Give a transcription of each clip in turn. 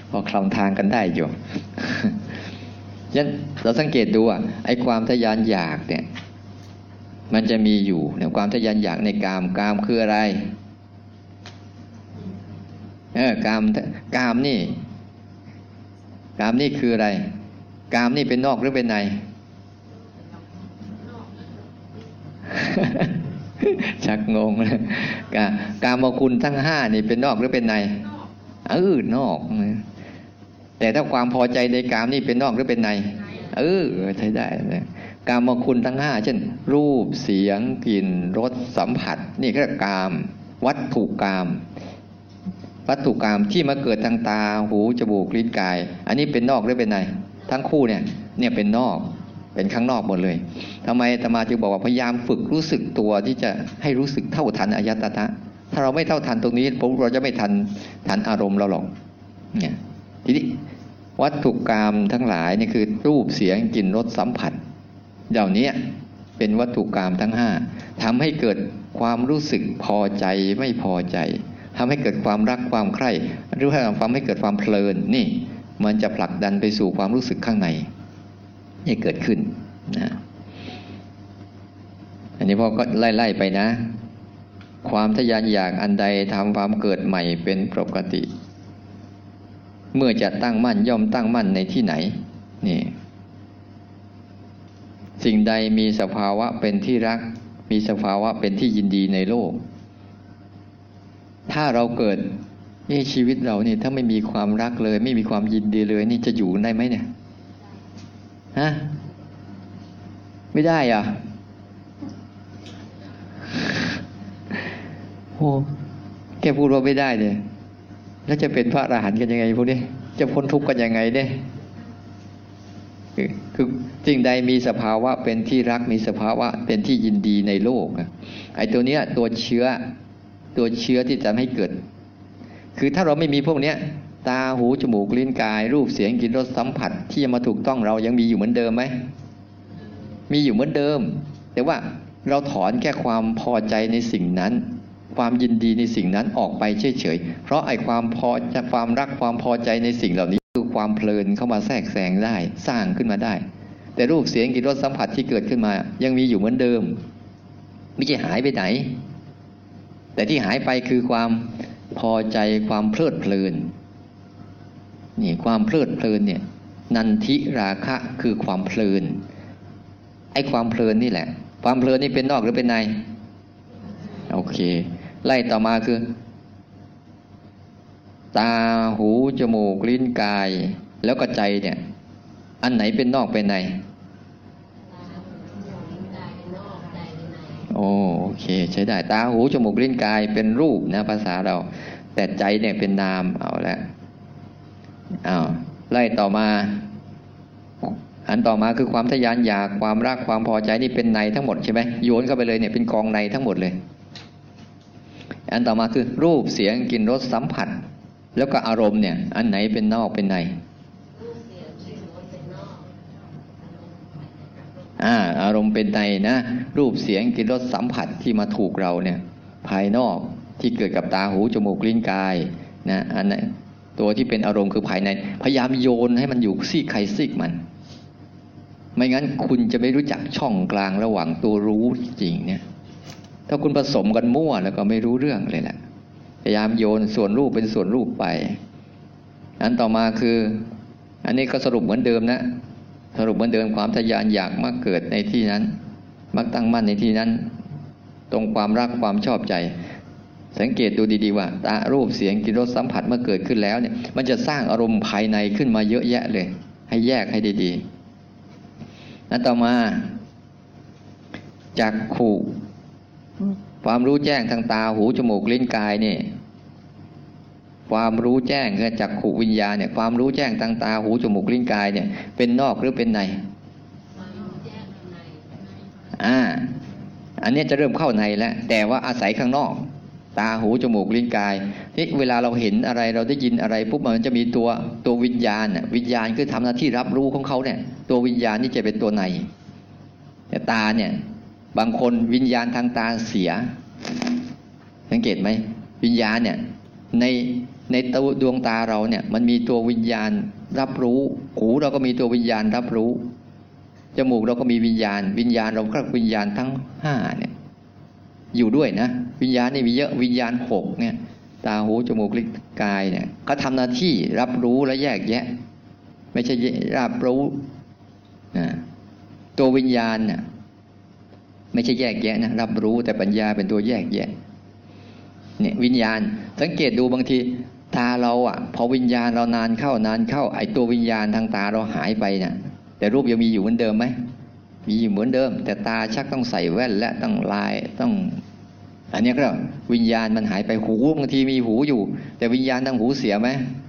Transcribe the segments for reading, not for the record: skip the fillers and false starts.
พอคลำทางกันได้อยู่ ยันเราสังเกตดูไอ้ความทะยานอยากเนี่ยมันจะมีอยู่เนี่ยความทะยานอยากในกามคืออะไรกามนี่คืออะไรกามนี่เป็นนอกหรือเป็นใน ชักงงเลยกามคุณทั้งห้านี่เป็นนอกหรือเป็นในนอกแต่ถ้าความพอใจในกามนี่เป็นนอกหรือเป็นในใช้ได้นะกามคุณทั้งห้าเช่นรูปเสียงกลิ่นรสสัมผัสนี่ก็กามวัตถุกามที่มาเกิดทางตาหูจมูกลิ้นกายอันนี้เป็นนอกหรือเป็นในทั้งคู่เนี่ยเป็นนอกเป็นข้างนอกหมดเลยทำไมอาตมาจึงบอกว่าพยายามฝึกรู้สึกตัวที่จะให้รู้สึกเท่าทันอายตนะถ้าเราไม่เท่าทันตรงนี้เราจะไม่ทันอารมณ์เราหรอกเนี่ยทีนี้วัตถุกรรมทั้งหลายนี่คือรูปเสียงกลิ่นรสสัมผัสเหล่านี้เป็นวัตถุกรรมทั้งห้าทำให้เกิดความรู้สึกพอใจไม่พอใจทำให้เกิดความรักความใคร่หรือทำให้เกิดความเพลินนี่มันจะผลักดันไปสู่ความรู้สึกข้างในให้เกิดขึ้นนะอันนี้พ่อก็ไล่ไปนะความทะยานอยากอันใดทำความเกิดใหม่เป็นปกติเมื่อจะตั้งมั่นย่อมตั้งมั่นในที่ไหนนี่สิ่งใดมีสภาวะเป็นที่รักมีสภาวะเป็นที่ยินดีในโลกถ้าเราเกิดชีวิตเรานี่ถ้าไม่มีความรักเลยไม่มีความยินดีเลยนี่จะอยู่ได้ไหมเนี่ยฮะไม่ได้โอ้แกพูดว่าไม่ได้เนี่ยแล้วจะเป็นพระอรหันต์กันยังไงพวกนี้จะพ้นทุกข์กันยังไงเนี่ยคือสิ่งใดมีสภาวะเป็นที่รักมีสภาวะเป็นที่ยินดีในโลกไอ้ตัวเนี้ยตัวเชื้อที่จะให้เกิดคือถ้าเราไม่มีพวกเนี้ยตาหูจมูกลิ้นกายรูปเสียงกลิ่นรสสัมผัสที่จะมาถูกต้องเรายังมีอยู่เหมือนเดิมไหมมีอยู่เหมือนเดิมแต่ว่าเราถอนแค่ความพอใจในสิ่งนั้นความยินดีในสิ่งนั้นออกไปเฉยๆเพราะไอ้ความรักความพอใจในสิ่งเหล่านี้คือความเพลินเข้ามาแทรกแซงได้สร้างขึ้นมาได้แต่รูปเสียงกลิ่นรสสัมผัสที่เกิดขึ้นมายังมีอยู่เหมือนเดิมไม่ใช่หายไปไหนแต่ที่หายไปคือความพอใจความเพลิดเพลินนี่ความเพลิดเพลินเนี่ยนันทิราคะคือความเพลินไอ้ความเพลินนี่แหละความเพลินนี่เป็นนอกหรือเป็นในโอเคไล่ต่อมาคือตาหูจมูกลิ้นกายแล้วก็ใจเนี่ยอันไหนเป็นนอกเป็นในโอเคใช้ได้ตาหูจมูกลิ้นกายเป็นรูปนะภาษาเราแต่ใจเนี่ยเป็นนามเอาละไล่ต่อมาอันต่อมาคือความทะยานอยากความรักความพอใจนี่เป็นในทั้งหมดใช่ไหมโยนเข้าไปเลยเนี่ยเป็นกองในทั้งหมดเลยอันต่อมาคือรูปเสียงกลิ่นรสสัมผัสแล้วก็อารมณ์เนี่ยอันไหนเป็นนอกเป็นในอารมณ์เป็นในนะรูปเสียงกลิ่นรสสัมผัสที่มาถูกเราเนี่ยภายนอกที่เกิดกับตาหูจมูกลิ้นกายนะอันไหนตัวที่เป็นอารมณ์คือภายในพยายามโยนให้มันอยู่ซีกใครซีกมันไม่งั้นคุณจะไม่รู้จักช่องกลางระหว่างตัวรู้จริงเนี่ยถ้าคุณผสมกันมั่วแล้วก็ไม่รู้เรื่องเลยแหละพยายามโยนส่วนรูปเป็นส่วนรูปไปอันต่อมาคืออันนี้ก็สรุปเหมือนเดิมนะสรุปเหมือนเดิมความทะยานอยากมักเกิดในที่นั้นมักตั้งมั่นในที่นั้นตรงความรักความชอบใจสังเกตดูดีๆว่าตารูปเสียงกลิ่นรสสัมผัสเมื่อเกิดขึ้นแล้วเนี่ยมันจะสร้างอารมณ์ภายในขึ้นมาเยอะแยะเลยให้แยกให้ดีๆนั้นต่อมาจักขุความรู้แจ้งทางตาหูจมูกลิ้นกายเนี่ยความรู้แจ้งคือจักขุวิญญาณเนี่ยความรู้แจ้งทางตาหูจมูกลิ้นกายเนี่ยเป็นนอกหรือเป็นในอันนี้จะเริ่มเข้าในแล้วแต่ว่าอาศัยข้างนอกตาหูจมูกลิ้นกายที่เวลาเราเห็นอะไรเราได้ยินอะไรปุ๊บมันจะมีตัววิญญาณวิญญาณคือทำหน้าที่รับรู้ของเขาเนี่ยตัววิญญาณนี่จะเป็นตัวในแต่ตาเนี่ยบางคนวิญญาณทางตาเสียสังเกตไหมวิญญาณเนี่ยในในตัวดวงตาเราเนี่ยมันมีตัววิญญาณรับรู้หูเราก็มีตัววิญญาณรับรู้จมูกเราก็มีวิญญาณเราก็วิญญาณทั้ง5เนี่ยอยู่ด้วยนะวิญญาณนี่มีเยอะวิญญาณ6เนี่ยตาหูจมูกลิ้นกายเนี่ยเขาทำหน้าที่รับรู้และแยกแยะไม่ใช่รับรู้ตัววิญญาณน่ะไม่ใช่แยกแยะนะรับรู้แต่ปัญญาเป็นตัวแยกแยะเนี่ยวิญญาณสังเกตดูบางทีตาเราพอวิญญาณเรานานเข้าไอ้ตัววิญญาณทางตาเราหายไปเนี่ยแต่รูปยังมีอยู่เหมือนเดิมไหมมีอยู่เหมือนเดิมแต่ตาชักต้องใส่แว่นและต้องลายต้องอันนี้ก็วิญญาณมันหายไปหูบางทีมีหูอยู่แต่วิญญาณทางหูเสียไหม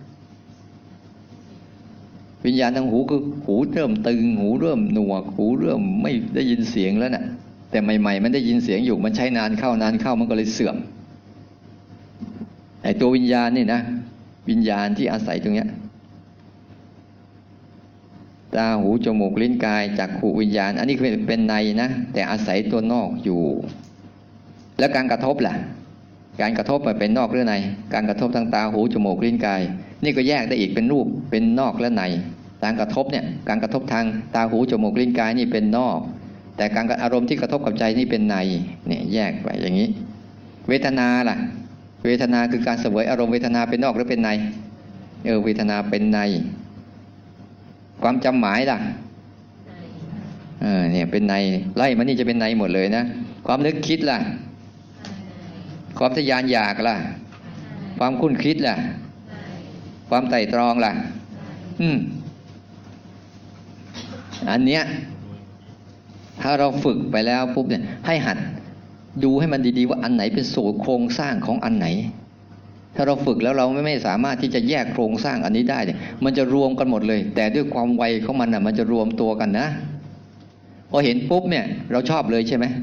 วิญญาณทางหูคือหูเริ่มตึงหูเริ่มหนวกหูเริ่มไม่ได้ยินเสียงแล้วน่ะแต่ใหม่ๆมันได้ยินเสียงอยู่มันใช้นานเข้ามันก็เลยเสื่อมไอ้ตัววิญญาณนี่นะวิญญาณที่อาศัยตรงเนี้ยตาหูจมูกลิ้นกายจักขุวิญญาณอันนี้เป็นในนะแต่อาศัยตัวนอกอยู่แล้วการกระทบล่ะการกระทบมันเป็นนอกหรือในการกระทบทางตาหูจมูกลิ้นกายนี่ก็แยกได้อีกเป็นรูปเป็นนอกและในการกระทบเนี่ยการกระทบทางตาหูจมูกลิ้นกายนี่เป็นนอกแต่การอารมณ์ที่กระทบกับใจนี่เป็นในเนี่ยแยกไปอย่างนี้เวทนาล่ะเวทนาคือการเสวยอารมณ์เวทนาเป็นนอกหรือเป็นในเวทนาเป็นในความจำหมายล่ะเนี่ยเป็นในไล่มานี่จะเป็นในหมดเลยนะความนึกคิดล่ะความทะยานอยากล่ะความคุ้นคิดล่ะความไตร่ตรองล่ะอันเนี้ยถ้าเราฝึกไปแล้วปุ๊บเนี่ยให้หัดดูให้มันดีๆว่าอันไหนเป็นสูตรโครงสร้างของอันไหนถ้าเราฝึกแล้วเราไม่สามารถที่จะแยกโครงสร้างอันนี้ได้เนี่ยมันจะรวมกันหมดเลยแต่ด้วยความไวของมันมันจะรวมตัวกันนะพอเห็นปุ๊บเนี่ยเราชอบเลยใช่ไหม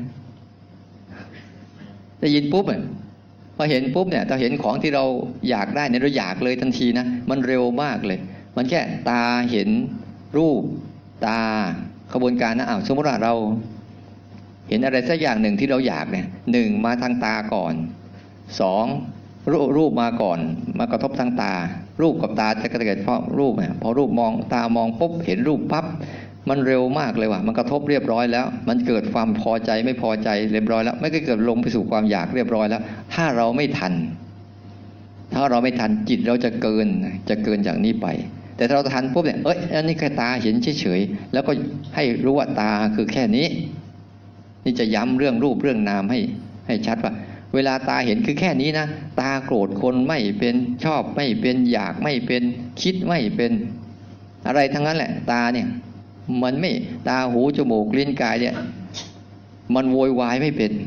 ได้ยินปุ๊บพอเห็นปุ๊บเนี่ยเราเห็นของที่เราอยากได้เนี่ยเราอยากเลยทันทีนะมันเร็วมากเลยมันแค่ตาเห็นรูปตาขบวนการนะสมมติว่าเราเห็นอะไรสักอย่างหนึ่งที่เราอยากเนี่ย1มาทางตาก่อน2รูปมาก่อนมากระทบทางตารูปกับตาจะเกิดเพราะรูปพอรูปมองตามองปุ๊บเห็นรูปปั๊บมันเร็วมากเลยว่ะมันกระทบเรียบร้อยแล้วมันเกิดความพอใจไม่พอใจเรียบร้อยแล้วไม่ก็เกิดลงไปสู่ความอยากเรียบร้อยแล้วถ้าเราไม่ทันจิตเราจะเกินจากนี้ไปแต่ถ้าเราทันปุ๊บเนี่ยอันนี้แค่ตาเห็นเฉยๆแล้วก็ให้รู้ว่าตาคือแค่นี้นี่จะย้ำเรื่องรูปเรื่องนามให้ชัดว่าเวลาตาเห็นคือแค่นี้นะตาโกรธคนไม่เป็นชอบไม่เป็นอยากไม่เป็นคิดไม่เป็นอะไรทั้งนั้นแหละตาเนี่ยมันไม่ตาหูจมูกลิ้นกายเนี่ยมันโวยวายไม่เป็น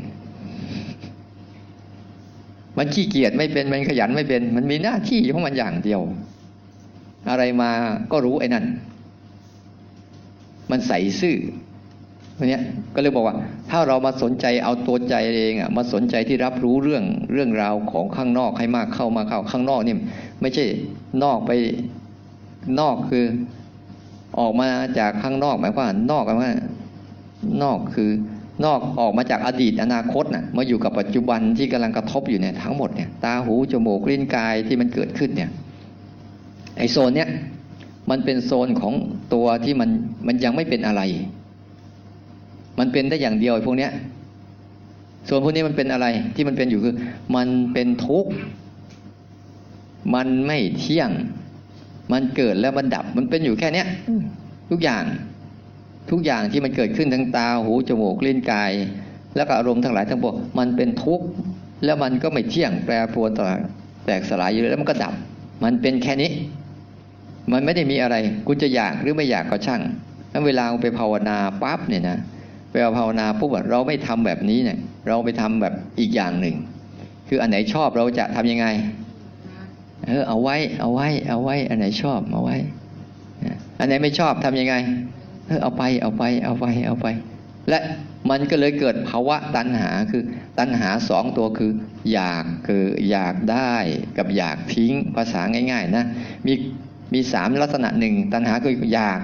มันขี้เกียจไม่เป็นมันขยันไม่เป็นมันมีหน้าที่ของมันอย่างเดียวอะไรมาก็รู้ไอ้นั่นมันใส่ซื่อเนี่ยก็เลยบอกว่าถ้าเรามาสนใจเอาตัวใจเองมาสนใจที่รับรู้เรื่องราวของข้างนอกให้มากเข้าข้างนอกนี่ไม่ใช่นอกไปนอกคือออกมาจากข้างนอกหมายความว่านอกกันว่านอกคือนอกออกมาจากอดีตอนาคตมาอยู่กับปัจจุบันที่กำลังกระทบอยู่เนี่ยทั้งหมดเนี่ยตาหูจมูกลิ้นกายที่มันเกิดขึ้นเนี่ยไอโซนเนี้ยมันเป็นโซนของตัวที่มันยังไม่เป็นอะไรมันเป็นได้อย่างเดียวพวกเนี้ยส่วนพวกนี้มันเป็นอะไรที่มันเป็นอยู่คือมันเป็นทุกข์มันไม่เที่ยงมันเกิดแล้วมันดับมันเป็นอยู่แค่เนี้ยทุกอย่างที่มันเกิดขึ้นทั้งตาหูจมูกลิ้นกายแล้วก็อารมณ์ทั้งหลายทั้งปวงมันเป็นทุกข์แล้วมันก็ไม่เที่ยงแปรปรวนต่อแตกสลายอยู่แล้วมันก็ดับมันเป็นแค่นี้มันไม่ได้มีอะไรคุณจะอยากหรือไม่อยากก็ช่างแล้วเวลาไปภาวนาปั๊บเนี่ยนะไปภาวนาปุ๊บเราไม่ทำแบบนี้เนี่ยเราไปทำแบบอีกอย่างหนึ่งคืออันไหนชอบเราจะทำยังไงเอาไว้อันไหนชอบเอาไว้อันไหนไม่ชอบทำยังไงเอาไปและมันก็เลยเกิดภาวะตัณหาคือตัณหา2ตัวคืออยากได้กับอยากทิ้งภาษาง่ายๆนะมี3ลักษณะ1ตัณหาคืออยาก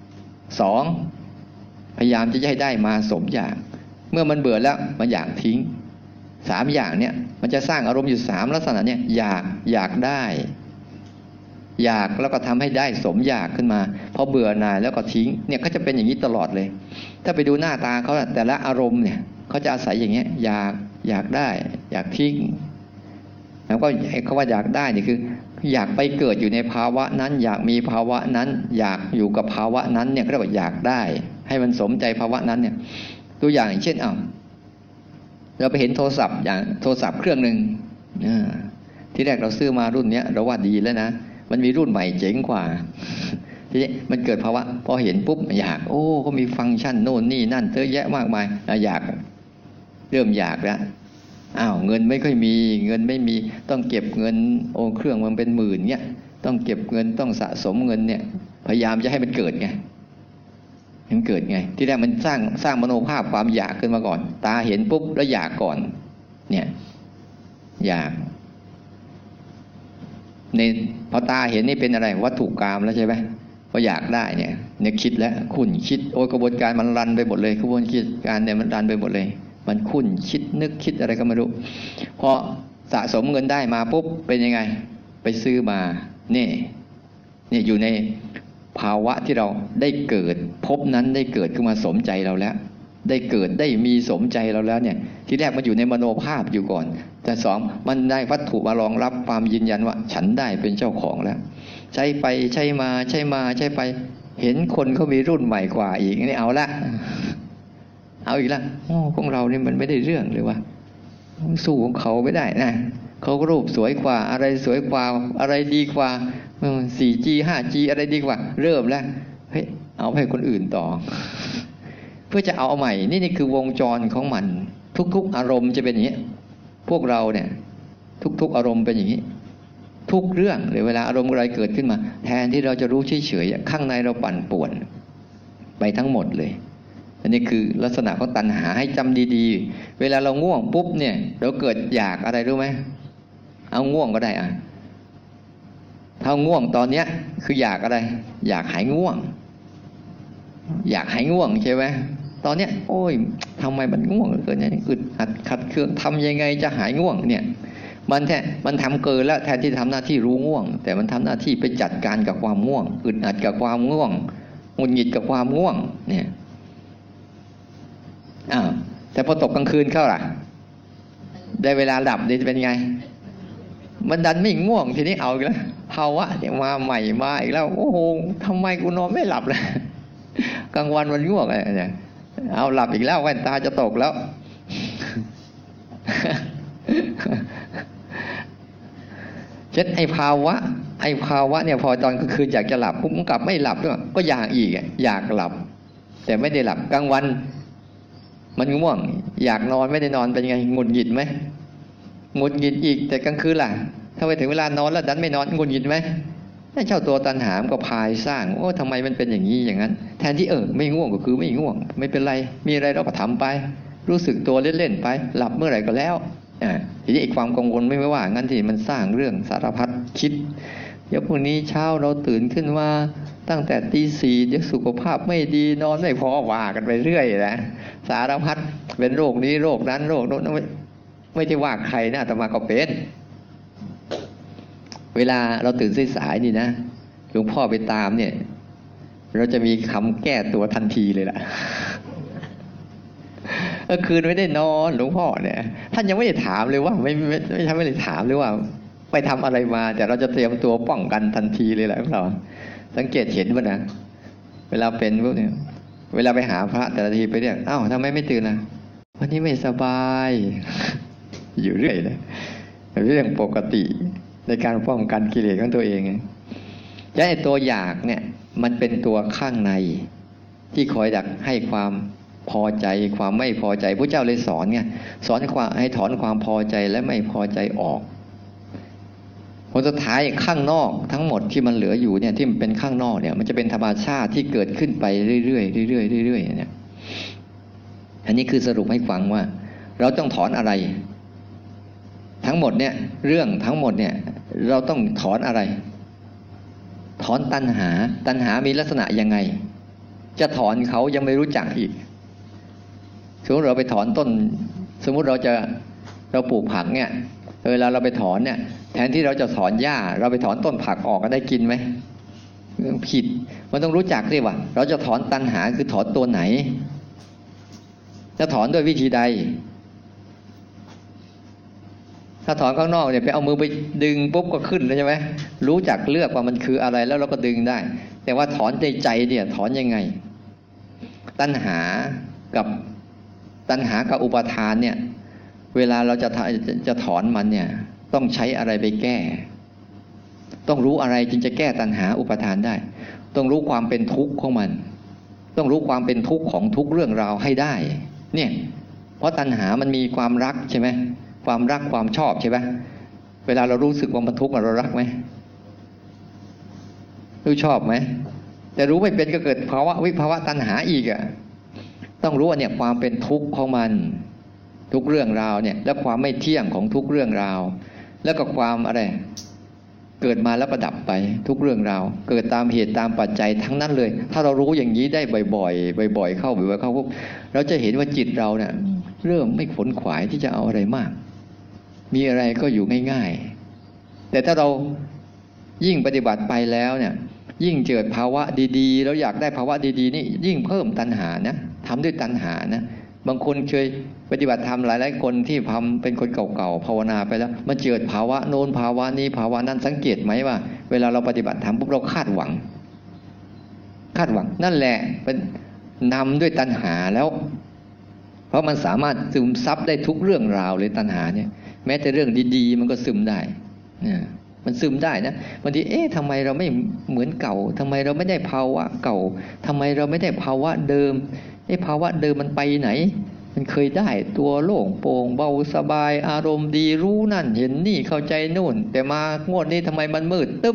2พยายามจะให้ได้มาสมอยากเมื่อมันเบื่อแล้วมันอยากทิ้ง3อย่างเนี่ยมันจะสร้างอารมณ์อยู่3ลักษณะเนี่ยอยากได้อยากแล้วก็ทำให้ได้สมอยากขึ้นมาพอเบื่อหน่ายแล้วก็ทิ้งเนี่ยก็จะเป็นอย่างนี้ตลอดเลยถ้าไปดูหน้าตาเขาแต่ละอารมณ์เนี่ยเขาจะอาศัยอย่างเงี้ยอยากได้อยากทิ้งแล้วก็เขาว่าอยากได้นี่คืออยากไปเกิดอยู่ในภาวะนั้นอยากมีภาวะนั้นอยากอยู่กับภาวะนั้นเนี่ยเรียกว่าอยากได้ให้มันสมใจภาวะนั้นเนี่ยตัวอย่างเช่นเราไปเห็นโทรศัพท์อย่างโทรศัพท์เครื่องหนึ่งที่แรกเราซื้อมารุ่นเนี้ยเราว่าดีแล้วนะมันมีรุ่นใหม่เจ๋งกว่าทีนี้มันเกิดภาวะพอเห็นปุ๊บอยากเขามีฟังก์ชันโน่นนี่นั่นเยอะแยะมากมายอยากเริ่มอยากแล้วเงินไม่ค่อยมีเงินไม่มีต้องเก็บเงินเครื่องมันเป็นหมื่นเนี่ยต้องเก็บเงินต้องสะสมเงินเนี่ยพยายามจะให้มันเกิดไงมันเกิดไงที่แรกมันสร้างมโนภาพความอยากขึ้นมาก่อนตาเห็นปุ๊บแล้วอยากก่อนเนี่ยอยากในพอตาเห็นนี่เป็นอะไรวัตถุกรรมแล้วใช่ไหมพออยากได้เนี่ยคิดแล้วคุ้นคิดกระบวนการมันรันไปหมดเลยกระบวนการเนี่ยมันรันไปหมดเลยมันคุ้นคิดนึกคิดอะไรก็ไม่รู้พอสะสมเงินได้มาปุ๊บเป็นยังไงไปซื้อมาเนี่ยอยู่ในภาวะที่เราได้เกิดพบนั้นได้เกิดขึ้นมาสมใจเราแล้วได้เกิดได้มีสมใจเราแล้วเนี่ยที่แรกมันอยู่ในมโนภาพอยู่ก่อนแต่สองมันได้วัตถุมารองรับความยืนยันว่าฉันได้เป็นเจ้าของแล้วใช้ไปใช้มาใช้ไปเห็นคนเขามีรุ่นใหม่กว่าอีกนี่เอาอีกแล้วของเรานี่มันไม่ได้เรื่องเลยว่าสู้ของเขาไม่ได้นะเขารูปสวยกว่าอะไรสวยกว่าอะไรดีกว่า 4G 5G อะไรดีกว่าเริ่มแล้วเฮ้ยเอาให้คนอื่นต่อเพื่อจะเอาใหม่นี่คือวงจรของมันทุกๆอารมณ์จะเป็นอย่างนี้พวกเราเนี่ยทุกๆอารมณ์เป็นอย่างนี้ทุกเรื่องเลยเวลาอารมณ์อะไรเกิดขึ้นมาแทนที่เราจะรู้เฉยๆข้างในเราปั่นป่วนไปทั้งหมดเลยอันนี้คือลักษณะของตัณหาให้จำดีๆเวลาเราง่วงปุ๊บเนี่ยเราเกิดอยากอะไรรู้ไหมเอาง่วงก็ได้ถ้าง่วงตอนเนี้ยคืออยากอะไรอยากหายง่วงอยากหายง่วงใช่ไหมตอนเนี้ยโอ้ยทำไมมันง่วงเกินเนี่ยอึดอัดขัดเคืองทำยังไงจะหายง่วงเนี่ยมันทำเกินแล้วแทนที่จะทำหน้าที่รู้ง่วงแต่มันทำหน้าที่ไปจัดการกับความง่วงอึดอัดกับความง่วงหงุดหงิดกับความง่วงเนี่ยแต่พอตกกลางคืนเข้าล่ะได้เวลาหลับนี่จะเป็นไงมันดันไม่ง่วงทีนี้เอาอีกแล้วภาวะเนี่ยมาใหม่มาอีกแล้วโอ้โหทำไมกูนอนไม่หลับเลยกลางวันมันง่วงอะไรเนี่ยเอาหลับอีกแล้วแว่นตาจะตกแล้วเช่นไอ้ภาวะเนี่ยพอตอนกลางคืนอยากจะหลับปุ๊บมันกลับไม่หลับด้วยก็อยากอีกอยากหลับแต่ไม่ได้หลับกลางวันมันง่วงอยากนอนไม่ได้นอนเป็นไงหงุดหงิดไหมหงุดหงิดอีกแต่กลางคืนล่ะถ้าไปถึงเวลานอนแล้วดันไม่นอนหงุดหงิดไหมถ้าเจ้าตัวตัณหาก็พายสร้างทำไมมันเป็นอย่างนี้อย่างนั้นแทนที่ไม่ง่วงก็คือไม่ง่วงไม่เป็นไรมีอะไรเราก็ทำไปรู้สึกตัวเล่นๆไปหลับเมื่อไหร่ก็แล้วทีนี้ความกังวลไม่ว่างั้นที่มันสร้างเรื่องสารพัดคิดเดี๋ยวพรุ่งนี้เช้าเราตื่นขึ้นมาตั้งแต่ตี 4เดี๋ยวสุขภาพไม่ดีนอนไม่พอว่ากันไปเรื่อยนะสารพัดเป็นโรคนี้โรคนั้นโรคโน้นไม่ได้ว่าใครนะแต่มาก็เป็นเวลาเราตื่นสายๆนี่นะหลวงพ่อไปตามเนี่ยเราจะมีคำแก้ตัวทันทีเลยล่ะคืนไม่ได้นอนหลวงพ่อเนี่ยท่านยังไม่ได้ถามเลยว่าไม่ได้ถามเลยว่าไปทำอะไรมาแต่เราจะเตรียมตัวป้องกันทันทีเลยแหละพวกเราสังเกตเห็นป่ะนะเวลาเป็นพวกนี้เวลาไปหาพระแต่ละทีไปเรียกทำไมไม่ตื่นนะวันนี้ไม่สบายอยู่เรื่อยเลยเป็นเรื่องปกติในการป้องกันกิเลสของตัวเองและไอ้ตัวอยากเนี่ยมันเป็นตัวข้างในที่คอยดักให้ความพอใจความไม่พอใจพระเจ้าเลยสอนไงสอนให้ถอนความพอใจและไม่พอใจออกผลสุดท้ายข้างนอกทั้งหมดที่มันเหลืออยู่เนี่ยที่มันเป็นข้างนอกเนี่ยมันจะเป็นธรรมชาติที่เกิดขึ้นไปเรื่อยๆเรื่อยๆเรื่อยๆเนี่ยอันนี้คือสรุปให้ฟังว่าเราต้องถอนอะไรทั้งหมดเนี่ยเรื่องทั้งหมดเนี่ยเราต้องถอนอะไรถอนตัณหามีลักษณะยังไงจะถอนเขายังไม่รู้จักอีกสมมติเราไปถอนต้นสมมติเราปลูกผักเนี่ยเวลาเราไปถอนเนี่ยแทนที่เราจะถอนหญ้าเราไปถอนต้นผักออกก็ได้กินไหมผิดมันต้องรู้จักด้วยว่าเราจะถอนตัณหาคือถอนตัวไหนจะถอนด้วยวิธีใดถ้าถอนข้างนอกเนี่ยไปเอามือไปดึงปุ๊บก็ขึ้นแล้วใช่ไหมรู้จักเลือกว่ามันคืออะไรแล้วเราก็ดึงได้แต่ว่าถอนในใจเนี่ยถอนยังไงตัณหากับอุปาทานเนี่ยเวลาเราจะถอนมันเนี่ยต้องใช้อะไรไปแก้ต้องรู้อะไรจึงจะแก้ตัณหาอุปาทานได้ต้องรู้ความเป็นทุกข์ของมันต้องรู้ความเป็นทุกข์ของทุกเรื่องราวให้ได้เนี่ยเพราะตัณหามันมีความรักใช่ไหมความรักความชอบใช่ไหมเวลาเรารู้สึกว่ามันทุกข์เรารักไหมรู้ชอบไหมแต่รู้ไม่เป็นก็เกิดภาวะวิภาวะตัณหาอีกอ่ะต้องรู้ว่าเนี่ยความเป็นทุกข์ของมันทุกเรื่องราวเนี่ยและความไม่เที่ยงของทุกเรื่องราวแล้วก็ความอะไรเกิดมาแล้วก็ดับไปทุกเรื่องราวเกิดตามเหตุตามปัจจัยทั้งนั้นเลยถ้าเรารู้อย่างนี้ได้บ่อยๆเข้าปุ๊บเราจะเห็นว่าจิตเราเนี่ยเริ่มไม่ขวนขวายที่จะเอาอะไรมากมีอะไรก็อยู่ง่ายๆแต่ถ้าเรายิ่งปฏิบัติไปแล้วเนี่ยยิ่งเกิดภาวะดีๆแล้วอยากได้ภาวะดีๆนี่ยิ่งเพิ่มตัณหานะทำด้วยตัณหานะบางคนเคยปฏิบัติธรรมหลายๆคนที่ทำเป็นคนเก่าๆภาวนาไปแล้วมันเกิดภาวะโน้นภาวะนี้ภาวะนั้นสังเกตไหมว่าเวลาเราปฏิบัติธรรมปุ๊บเราคาดหวังนั่นแหละเป็นนำด้วยตัณหาแล้วเพราะมันสามารถซึมซับได้ทุกเรื่องราวเลยตัณหาเนี่ยแม้แต่เรื่องดีๆมันก็ซึมได้มันซึมได้นะบางทีทำไมเราไม่เหมือนเก่าทำไมเราไม่ได้ภาวะเก่าทำไมเราไม่ได้ภาวะเดิมภาวะเดิมมันไปไหนมันเคยได้ตัวโล่งโปร่งเบาสบายอารมณ์ดีรู้นั่นเห็นนี่เข้าใจนู่นแต่มางวดนี้ทำไมมันมืดตึ๊บ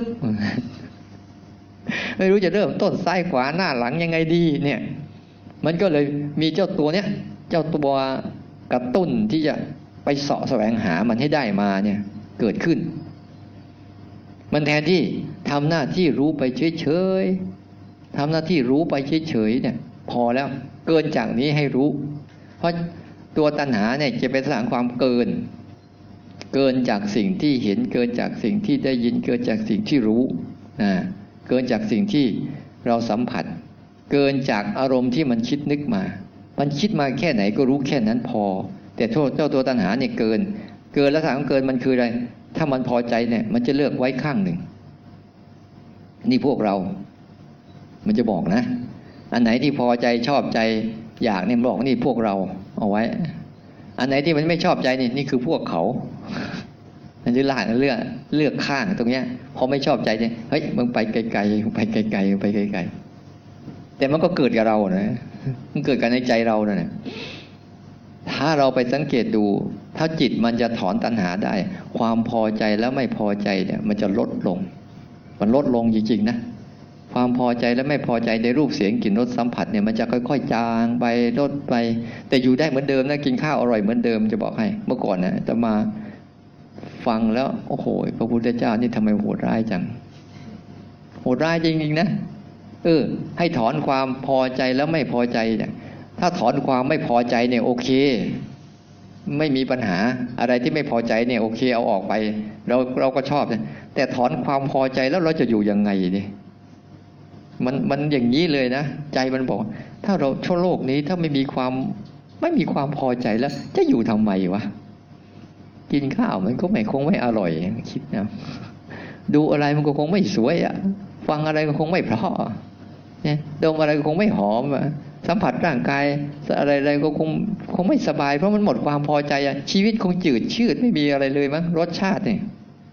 ไม่รู้จะเริ่มต้นซ้ายขวาหน้าหลังยังไงดีเนี่ยมันก็เลยมีเจ้าตัวเนี้ยเจ้าตัวกระตุ้นที่จะไปเสาะแสวงหามันให้ได้มาเนี่ยเกิดขึ้นมันแทนที่ทำหน้าที่รู้ไปเฉยๆทำหน้าที่รู้ไปเฉยๆเนี่ยพอแล้วเกินจากนี้ให้รู้เพราะตัวตัณหาเนี่ยจะเป็นสร้างความเกินจากสิ่งที่เห็นเกินจากสิ่งที่ได้ยินเกินจากสิ่งที่รู้เกินจากสิ่งที่เราสัมผัสเกินจากอารมณ์ที่มันคิดนึกมามันคิดมาแค่ไหนก็รู้แค่นั้นพอแต่เจ้าตัวตัณหาเนี่ยเกินแล้วถามเกินมันคืออะไรถ้ามันพอใจเนี่ยมันจะเลือกไว้ข้างหนึ่งนี่พวกเรามันจะบอกนะอันไหนที่พอใจชอบใจอยากเนี่ยบอกนี่พวกเราเอาไว้อันไหนที่มันไม่ชอบใจนี่คือพวกเขามันจะเลือกข้างตรงเนี้ยพอไม่ชอบใจเนี่ยเฮ้ยมึงไปไกลๆไปไกลๆไปไกลๆแต่มันก็เกิดกับเรานะมันเกิดกันในใจเรานะถ้าเราไปสังเกตดูถ้าจิตมันจะถอนตัณหาได้ความพอใจแล้วไม่พอใจเนี่ยมันจะลดลงมันลดลงจริงๆนะความพอใจและไม่พอใจในรูปเสียงกลิ่นรสสัมผัสเนี่ยมันจะค่อยๆจางไปลดไปแต่อยู่ได้เหมือนเดิมนะกินข้าวอร่อยเหมือนเดิมจะบอกให้เมื่อก่อนนะแต่มาฟังแล้วโอ้โหพระพุทธเจ้านี่ทำไมโหดร้ายจังโหดร้ายจริงๆนะให้ถอนความพอใจแล้วไม่พอใจเนี่ยถ้าถอนความไม่พอใจเนี่ยโอเคไม่มีปัญหาอะไรที่ไม่พอใจเนี่ยโอเคเอาออกไปเราก็ชอบนะแต่ถอนความพอใจแล้วเราจะอยู่ยังไงเนี่ยมันอย่างนี้เลยนะใจมันบอกถ้าเราชั่วโลกนี้ถ้าไม่มีความพอใจแล้วจะอยู่ทำไมวะกินข้าวมันก็คงไม่อร่อยคิดนะดูอะไรมันก็คงไม่สวยอ่ะฟังอะไรก็คงไม่เพราะเนี่ยดมอะไรก็คงไม่หอมอ่ะสัมผัสร่างกายอะไรก็คงไม่สบายเพราะมันหมดความพอใจอ่ะชีวิตคงจืดชืดไม่มีอะไรเลยมั้งรสชาติเนี่ย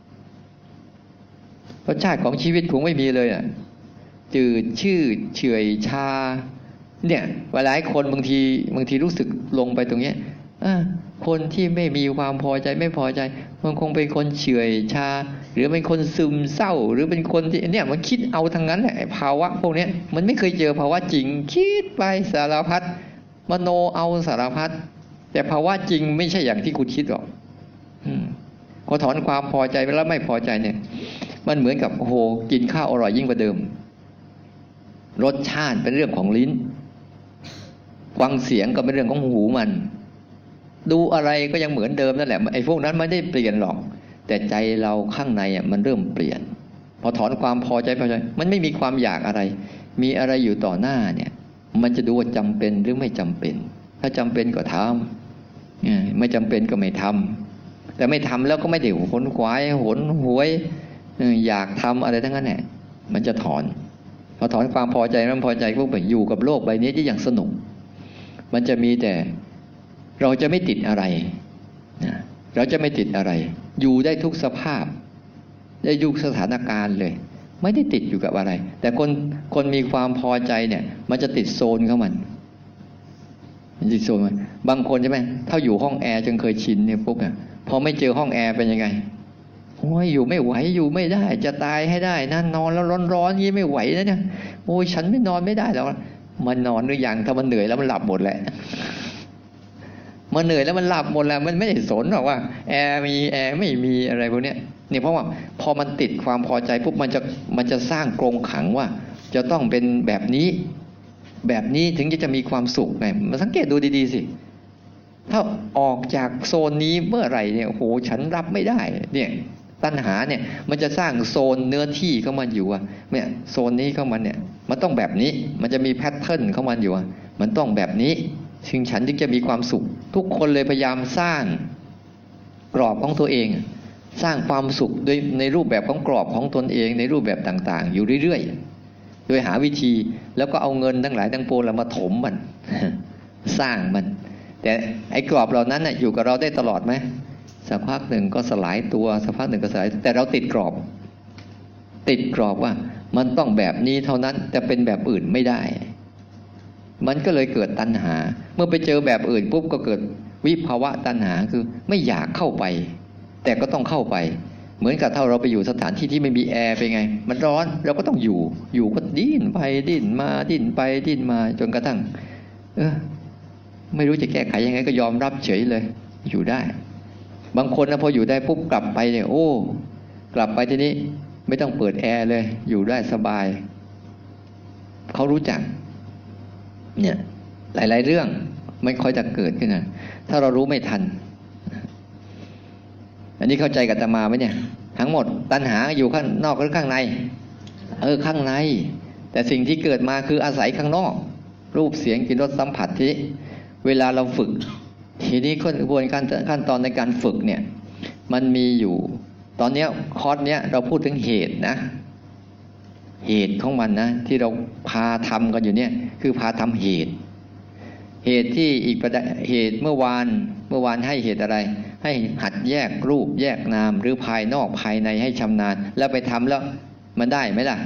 รสชาติของชีวิตคงไม่มีเลยอ่ะจืดชืดเฉื่อยชาเนี่ยเวลาคนบางทีรู้สึกลงไปตรงเนี้ยคนที่ไม่มีความพอใจไม่พอใจมันคงเป็นคนเฉื่อยชาหรือเป็นคนซึมเศร้าหรือเป็นคนที่เนี่ยมันคิดเอาทั้งนั้นแหละภาวะพวกนี้มันไม่เคยเจอภาวะจริงคิดไปสารพัดมโนเอาสารพัดแต่ภาวะจริงไม่ใช่อย่างที่คุณคิดหรอกพอถอนความพอใจไปแล้วไม่พอใจเนี่ยมันเหมือนกับโอ้โหกินข้าวอร่อยยิ่งกว่าเดิมรสชาติเป็นเรื่องของลิ้นฟังเสียงก็เป็นเรื่องของหูมันดูอะไรก็ยังเหมือนเดิมนั่นแหละไอ้พวกนั้นไม่ได้เปลี่ยนหรอกแต่ใจเราข้างในมันเริ่มเปลี่ยนพอถอนความพอใจมันไม่มีความอยากอะไรมีอะไรอยู่ต่อหน้าเนี่ยมันจะดูว่าจำเป็นหรือไม่จำเป็นถ้าจำเป็นก็ทำไม่จำเป็นก็ไม่ทำแต่ไม่ทำแล้วก็ไม่ได้ขนขวายหนหวยอยากทำอะไรทั้งนั้นแหละมันจะถอนพอถอนความพอใจแล้วพอใจพวกแบบอยู่กับโลกใบนี้จะอย่างสนุกมันจะมีแต่เราจะไม่ติดอะไรเราจะไม่ติดอะไรอยู่ได้ทุกสภาพได้ทุกสถานการณ์เลยไม่ได้ติดอยู่กับอะไรแต่คนมีความพอใจเนี่ยมันจะติดโซนของมันติดโซนมันบางคนใช่ไหมถ้าอยู่ห้องแอร์จนเคยชินเนี่ยปุ๊บเนี่ยพอไม่เจอห้องแอร์เป็นยังไงโอ้ยอยู่ไม่ไหวอยู่ไม่ได้จะตายให้ได้นั่นนอนแล้วร้อนๆงี้ไม่ไหวนะเนี่ยโอ้ยฉันไม่นอนไม่ได้แล้วมันนอนหรือยังถ้ามันเหนื่อยแล้วมันหลับหมดแหละมันเหนื่อยแล้วมันหลับหมดแล้วมันไม่ได้สนหรอกว่าแอร์มีแอร์ไม่มีอะไรพวกนี้เนี่ยเพราะว่าพอมันติดความพอใจปุ๊บมันจะสร้างกรงขังว่าจะต้องเป็นแบบนี้ถึงจะมีความสุขไงมาสังเกตดูดีๆสิถ้าออกจากโซนนี้เมื่อไหร่เนี่ยโอ้โหฉันรับไม่ได้เนี่ยตัณหาเนี่ยมันจะสร้างโซนเนื้อที่เข้ามาอยู่เนี่ยโซนนี้เข้ามาเนี่ยมันต้องแบบนี้มันจะมีแพทเทิร์นเข้ามาอยู่มันต้องแบบนี้ซึ่งฉันจึงจะมีความสุขทุกคนเลยพยายามสร้างกรอบของตัวเองสร้างความสุขโดยในรูปแบบของกรอบของตนเองในรูปแบบต่างๆอยู่เรื่อยๆโดยหาวิธีแล้วก็เอาเงินทั้งหลายทั้งปวงแล้วมาถมมันสร้างมันแต่ไอ้กรอบเหล่านั้นน่ะอยู่กับเราได้ตลอดไหมสักพักหนึ่งก็สลายตัวสักพักหนึ่งก็สลายแต่เราติดกรอบว่ามันต้องแบบนี้เท่านั้นแต่เป็นแบบอื่นไม่ได้มันก็เลยเกิดตัณหาเมื่อไปเจอแบบอื่นปุ๊บก็เกิดวิภาวะตัณหาคือไม่อยากเข้าไปแต่ก็ต้องเข้าไปเหมือนกับถ้าเราไปอยู่สถานที่ที่ไม่มีแอร์เป็นไงมันร้อนเราก็ต้องอยู่ก็ดิ้นไปดิ้นมาดิ้นไปดิ้นมาจนกระทั่งไม่รู้จะแก้ไขยังไงก็ยอมรับเฉยเลยอยู่ได้บางคนนะพออยู่ได้ปุ๊บกลับไปเนี่ยโอ้กลับไปทีนี้ไม่ต้องเปิดแอร์เลยอยู่ได้สบายเขารู้จักเนี่ยหลายๆเรื่องไม่ค่อยจะเกิดขึ้นนะถ้าเรารู้ไม่ทันอันนี้เข้าใจกับอาตมาไหมเนี่ยทั้งหมดตัณหาอยู่ข้างนอกหรือข้างในข้างในแต่สิ่งที่เกิดมาคืออาศัยข้างนอกรูปเสียงกลิ่นรสสัมผัสที่เวลาเราฝึกทีนี้กระบวนการขั้นตอนในการฝึกเนี่ยมันมีอยู่ตอนนี้คอร์สเนี้ยเราพูดถึงเหตุนะเหตุของมันนะที่เราพาทำกันอยู่เนี่ยคือพาทำเหตุที่อีกเหตุเมื่อวานให้เหตุอะไรให้หัดแยกรูปแยกนามหรือภายนอกภายในให้ชำนาญแล้วไปทำแล้วมันได้ไหมล่ะ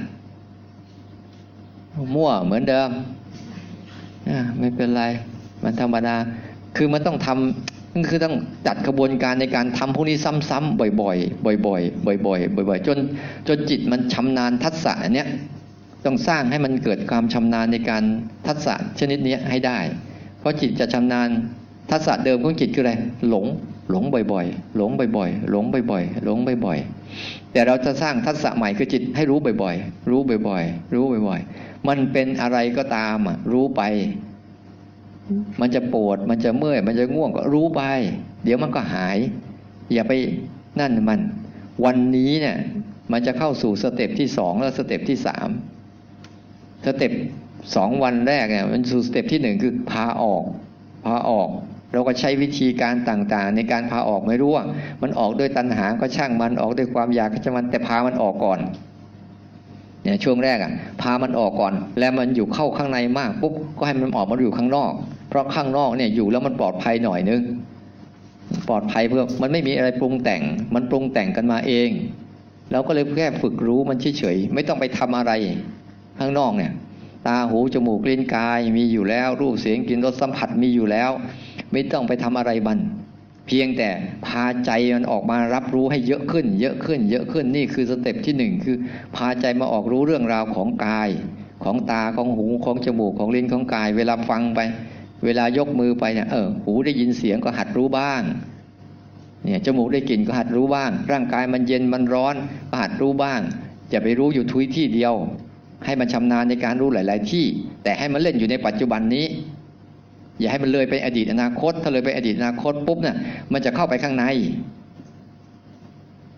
มั่วเหมือนเดิมไม่เป็นไรมันธรรมดาคือมันต้องทำคือต้องจัดกระบวนการในการทำพวกนี้ซ้ำๆบ่อยๆจนจิตมันชำนาญทักษะเนี้ยต้องสร้างให้มันเกิดความชำนาญในการทักษะชนิดนี้ให้ได้เพราะจิตจะชำนาญทักษะเดิมของจิตคืออะไรหลงบ่อยๆหลงบ่อยๆหลงบ่อยๆหลงบ่อยๆแต่เราจะสร้างทักษะใหม่คือจิตให้รู้บ่อยๆรู้บ่อยๆรู้บ่อยๆมันเป็นอะไรก็ตามรู้ไปมันจะปวดมันจะเมื่อยมันจะง่วงก็รู้ไปเดี๋ยวมันก็หายอย่าไปนั่นมันวันนี้เนี่ยมันจะเข้าสู่สเต็ปที่2แล้วสเต็ปที่3สเต็ป2วันแรกเนี่ยมันสู่สเต็ปที่1คือพาออกเราก็ใช้วิธีการต่างๆในการพาออกไม่รู้ว่ามันออกด้วยตัณหาก็ช่างมันออกด้วยความอยากก็ช่างมันแต่พามันออกก่อนเนี่ยช่วงแรกพามันออกก่อนแล้วมันอยู่เข้าข้างในมากปุ๊บก็ให้มันออกมาอยู่ข้างนอกเพราะข้างนอกเนี่ยอยู่แล้วมันปลอดภัยหน่อยนึงปลอดภัยเพื่อมันไม่มีอะไรปรุงแต่งมันปรุงแต่งกันมาเองเราก็เลยแค่ฝึกรู้มันเฉยๆไม่ต้องไปทำอะไรข้างนอกเนี่ยตาหูจมูกลิ้นกายมีอยู่แล้วรูปเสียงกลิ่นรสสัมผัสมีอยู่แล้วไม่ต้องไปทำอะไรมันเพียงแต่พาใจมันออกมารับรู้ให้เยอะขึ้นนี่คือสเต็ปที่1คือพาใจมาออกรู้เรื่องราวของกายของตาของหูของจมูกของลิ้นของกายเวลาฟังไปเวลายกมือไปเนี่ยหูได้ยินเสียงก็หัดรู้บ้างเนี่ยจมูกได้กลิ่นก็หัดรู้บ้างร่างกายมันเย็นมันร้อนก็หัดรู้บ้างอย่าไปรู้อยู่ทุยที่เดียวให้มันชำนาญในการรู้หลายๆที่แต่ให้มันเล่นอยู่ในปัจจุบันนี้อย่าให้มันเลยไปอดีตอนาคตถ้าเลยไปอดีตอนาคตปุ๊บเนี่ยมันจะเข้าไปข้างใน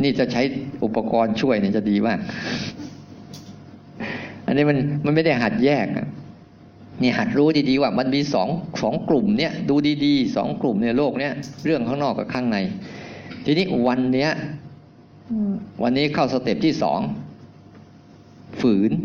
นี่จะใช้อุปกรณ์ช่วยเนี่ยจะดีมากอันนี้มันไม่ได้หัดแยกนี่หัดรู้ดีๆว่ามันมีสองกลุ่มเนี่ยดูดีๆ2กลุ่มในโลกเนี่ยเรื่องข้างนอกกับข้างในทีนี้วันนี้เข้าสเต็ปที่2ฝืน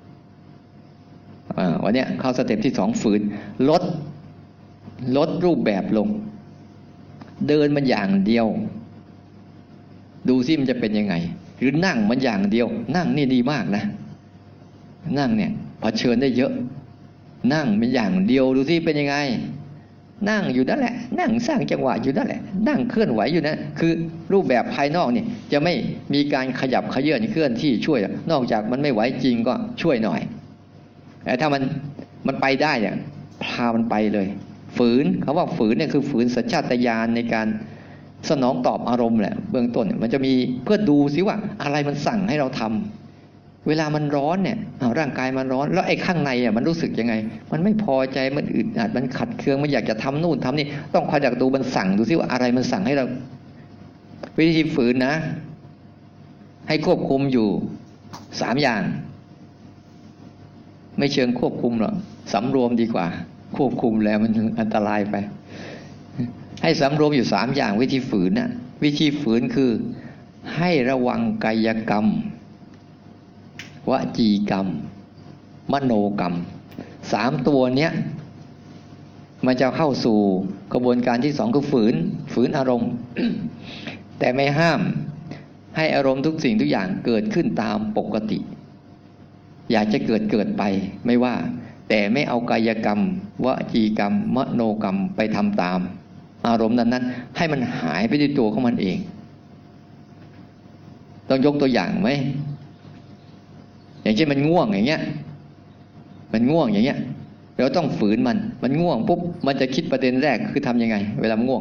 วันนี้เข้าสเต็ปที่2ฝืนลดรูปแบบลงเดินมันอย่างเดียวดูซิมันจะเป็นยังไงหรือนั่งมันอย่างเดียวนั่งนี่ดีมากนะนั่งเนี่ยเผชิญได้เยอะนั่งเป็นอย่างเดียวดูซิเป็นยังไงนั่งอยู่นั่นแหละนั่งสร้างจังหวะอยู่นั่นแหละนั่งเคลื่อนไหวอยู่นะคือรูปแบบภายนอกเนี่ยจะไม่มีการขยับเขยื้อนเคลื่อนที่ช่วยนอกจากมันไม่ไหวจริงก็ช่วยหน่อยแต่ถ้ามันไปได้เนี่ยพามันไปเลยฝืนคำว่าฝืนเนี่ยคือฝืนสัญชาตญาณในการสนองตอบอารมณ์แหละเบื้องต้นมันจะมีเพื่อดูซิว่าอะไรมันสั่งให้เราทำเวลามันร้อนเนี่ยร่างกายมันร้อนแล้วไอ้ข้างในมันรู้สึกยังไงมันไม่พอใจมันอึดอัดมันขัดเคืองมันอยากจะทำนู่นทำนี่ต้องคอยอยากดูมันสั่งดูซิว่าอะไรมันสั่งให้เราวิธีฝืนนะให้ควบคุมอยู่3อย่างไม่เชิงควบคุมหรอกสำรวมดีกว่าควบคุมแล้วมันอันตรายไปให้สำรวมอยู่3อย่างวิธีฝืนนะวิธีฝืนคือให้ระวังกายกรรมวจีกรรมมโนกรรม3ตัวเนี้ยมันจะเข้าสู่กระบวนการที่2คือฝืนอารมณ์ แต่ไม่ห้ามให้อารมณ์ทุกสิ่งทุกอย่างเกิดขึ้นตามปกติอยากจะเกิดไปไม่ว่าแต่ไม่เอากายกรรมวจีกรรมมโนกรรมไปทำตามอารมณ์นั้นให้มันหายไปด้วยตัวของมันเองต้องยกตัวอย่างไหมอย่างเช่นมันง่วงอย่างเงี้ยมันง่วงอย่างเงี้ยเราต้องฝืนมันง่วงปุ๊บมันจะคิดประเด็นแรกคือทำยังไงเวลาง่วง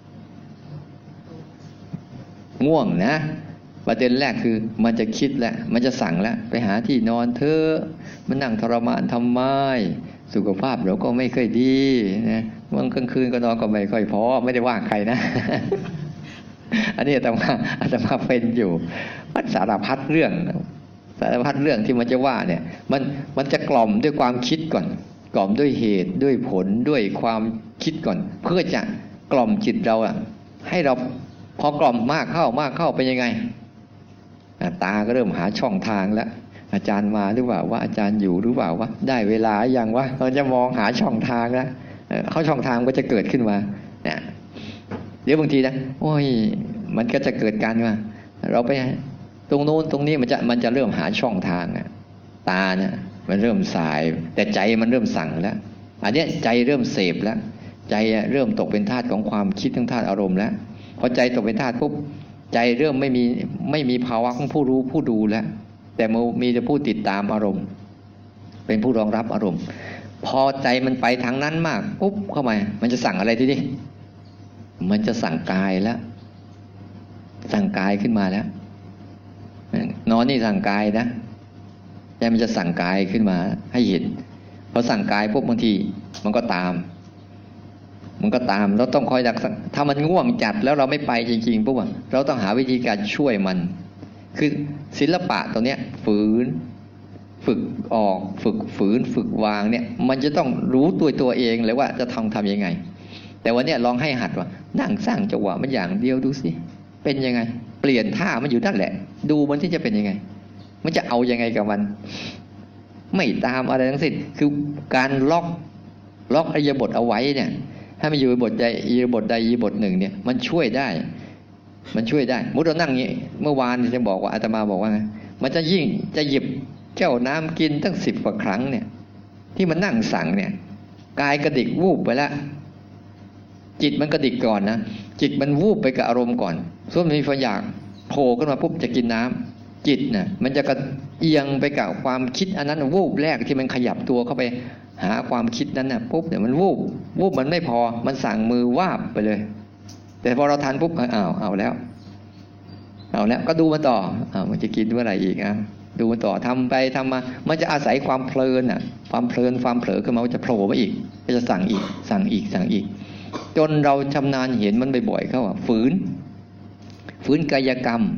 ง่วงนะประเด็นแรกคือมันจะคิดแล้วมันจะสั่งแล้วไปหาที่นอนเถอะมันนั่งทรมานทำไมสุขภาพเราก็ไม่ค่อยดีนะวันกลางคืนก็นอนก็ไม่ค่อยพอไม่ได้ว่าใครนะ อันนี้อาตมาเป็นอยู่มันสารพัดเรื่องที่มันจะว่าเนี่ยมันจะกล่อมด้วยความคิดก่อนกล่อมด้วยเหตุด้วยผลด้วยความคิดก่อนเพื่อจะกล่อมจิตเราให้เราพอกล่อมมากเข้าเป็นยังไงตาก็เริ่มหาช่องทางแล้วอาจารย์มาหรือเปล่าว่าอาจารย์อยู่หรือเปล่าว่าได้เวลาอย่างว่าเราจะมองหาช่องทางแล้วเขาช่องทางก็จะเกิดขึ้นมาเนี่ยเดี๋ยวบางทีนะโอ้ยมันก็จะเกิดการว่าเราไปตรงโน้นตรงนี้มันจะเริ่มหาช่องทางตาเนี่ยมันเริ่มสายแต่ใจมันเริ่มสั่งแล้วอันนี้ใจเริ่มเสพแล้วใจเริ่มตกเป็นทาสของความคิดทั้งทาสอารมณ์แล้วพอใจตกเป็นทาสปุ๊บใจเริ่มไม่มีภาวะของผู้รู้ผู้ดูแล้วแต่มีแต่ผู้ติดตามอารมณ์เป็นผู้รองรับอารมณ์พอใจมันไปทางนั้นมากปุ๊บเข้ามามันจะสั่งอะไรทีนี้มันจะสั่งกายแล้วสั่งกายขึ้นมาแล้วนอนนี่สั่งกายนะใจมันจะสั่งกายขึ้นมาให้เห็นพอสั่งกายปุ๊บบางทีมันก็ตามเราต้องคอยดักถ้ามันง่วงจัดแล้วเราไม่ไปจริงๆปุ๊บเราต้องหาวิธีการช่วยมันคือศิลปะตรงเนี้ยฝึกออกฝึกวางเนี่ยมันจะต้องรู้ตัวเองเลยว่าจะทำยังไงแต่วันนี้ลองให้หัดว่านั่งสร้างจังหวะมันอย่างเดียวดูสิเป็นยังไงเปลี่ยนท่ามันอยู่นั่นแหละดูมันที่จะเป็นยังไงมันจะเอายังไงกับมันไม่ตามอะไรทั้งสิ้นคือการล็อกอิริยาบถเอาไว้เนี่ยถ้ามันอยู่ในบทใดอิริยาบถใดอิริยาบถหนึ่งเนี่ยมันช่วยได้มุดเรานั่งนี้เมื่อวานจะบอกว่าอาตมาบอกว่าไงมันจะหยิบแก้วน้ำกินตั้ง10 กว่าครั้งเนี่ยที่มันนั่งสั่งเนี่ยกายกระดิกวูบไปแล้วจิตมันกระดิกก่อนนะจิตมันวูบไปกับอารมณ์ก่อนส่วนมันมีไฟอยากโผล่ขึ้นมาปุ๊บจะกินน้ำจิตน่ะมันจะกระเอียงไปกับความคิดอันนั้นวูบแรกที่มันขยับตัวเข้าไปหาความคิดนั้นน่ะปุ๊บเนี่ยมันวูบมันไม่พอมันสั่งมือวาบไปเลยแต่พอเราทันปุ๊บเอาแล้วก็ดูมาต่อมันจะกินเมื่อไหร่อีกดูมาต่อทำไปทำมามันจะอาศัยความเพลินความเพลินความเผลอขึ้นมาจะโผล่มาอีกก็จะสั่งอีกจนเราชำนาญเห็นมันบ่อยๆเข้าฝืนกายกรรม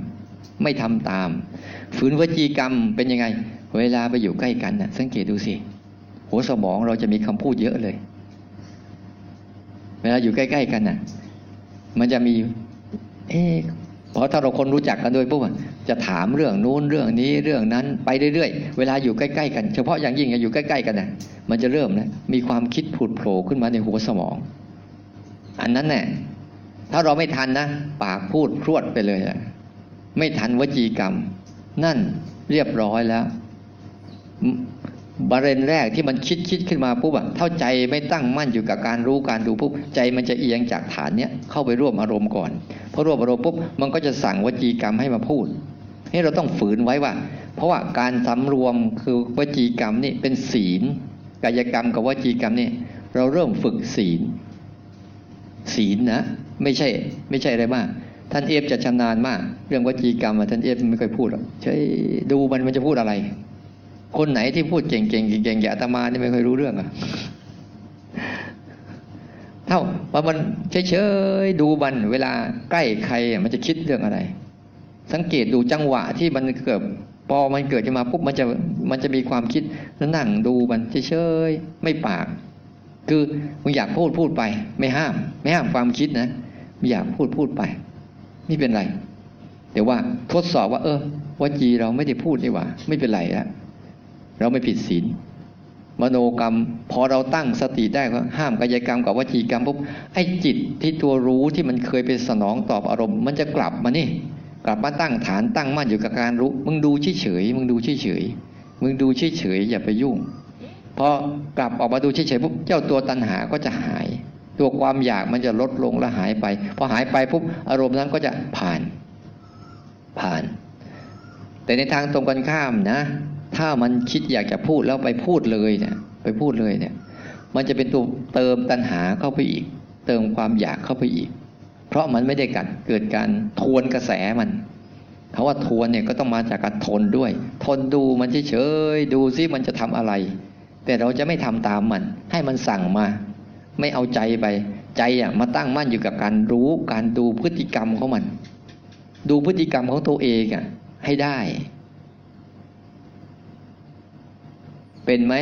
ไม่ทำตามฝืนวจีกรรมเป็นยังไงเวลาไปอยู่ใกล้กันนะสังเกตดูสิหัวสมองเราจะมีคำพูดเยอะเลยเวลาอยู่ใกล้ๆกันน่ะมันจะมีเพราะถ้าเราคนรู้จักกันด้วยปุ๊บจะถามเรื่องนู้นเรื่องนี้เรื่องนั้นไปเรื่อยๆเวลาอยู่ใกล้ๆกันเฉพาะอย่างยิ่งอยู่ใกล้ๆกันน่ะมันจะเริ่มนะมีความคิดผุดโผล่ขึ้นมาในหัวสมองอันนั้นแหละถ้าเราไม่ทันนะปากพูดพรวดไปเลยไม่ทันวจีกรรมนั่นเรียบร้อยแล้วประเด็นแรกที่มันคิดขึ้นมาปุ๊บเท่าใจไม่ตั้งมั่นอยู่กับการรู้การดูปุ๊บใจมันจะเอียงจากฐานเนี้ยเข้าไปร่วมอารมณ์ก่อนพอร่วมอารมณ์ปุ๊บมันก็จะสั่งวจีกรรมให้มาพูดให้เราต้องฝืนไว้ว่าเพราะว่าการสำรวมคือวจีกรรมนี่เป็นศีลกายกรรมกับวจีกรรมนี่เราเริ่มฝึกศีลนะไม่ใช่อะไรมากท่านเอฟจะชำนาญมากเรื่องวจีกรรมท่านเอฟไม่ค่อยพูดหรอกใช่ดูมันจะพูดอะไรคนไหนที่พูดเก่งอย่าอาตมานี่ไม่ค่อยรู้เรื่องเท่าว่ามันเฉยดูมันเวลาใกล้ใครมันจะคิดเรื่องอะไรสังเกตดูจังหวะที่มันเกิดพอมันเกิดขึ้นมาปุ๊บมันจะมีความคิดแล้วนั่งดูมันเฉยไม่ปากคือมึงอยากพูดไปไม่ห้ามความคิดนะไม่อยากพูดไปไม่เป็นไรแต่ว่าทดสอบว่าวจีเราไม่ได้พูดนี่หว่าไม่เป็นไรแล้วเราไม่ผิดศีลมโนกรรมพอเราตั้งสติได้ก็ห้ามกายกรรมกับวจีกรรมปุ๊บไอ้จิตที่ตัวรู้ที่มันเคยไปสนองตอบอารมณ์มันจะกลับมาตั้งฐานตั้งมั่นอยู่กับการรู้มึงดูเฉยอย่าไปยุ่งพอกลับออกมาดูเฉยๆปุ๊บเจ้าตัวตัณหาก็จะหายตัวความอยากมันจะลดลงและหายไปพอหายไปปุ๊บอารมณ์นั้นก็จะผ่านแต่ในทางตรงกันข้ามนะถ้ามันคิดอยากจะพูดแล้วไปพูดเลยเนี่ยมันจะเป็นตัวเติมตัณหาเข้าไปอีกเติมความอยากเข้าไปอีกเพราะมันไม่ได้เกิดการทวนกระแสมันเพราะว่าทวนเนี่ยก็ต้องมาจากการทนด้วยทนดูมันเฉยๆดูซิมันจะทำอะไรแต่เราจะไม่ทำตามมันให้มันสั่งมาไม่เอาใจไปใจมาตั้งมั่นอยู่กับการรู้การดูพฤติกรรมของมันดูพฤติกรรมของตัวเองให้ได้เป็นไหม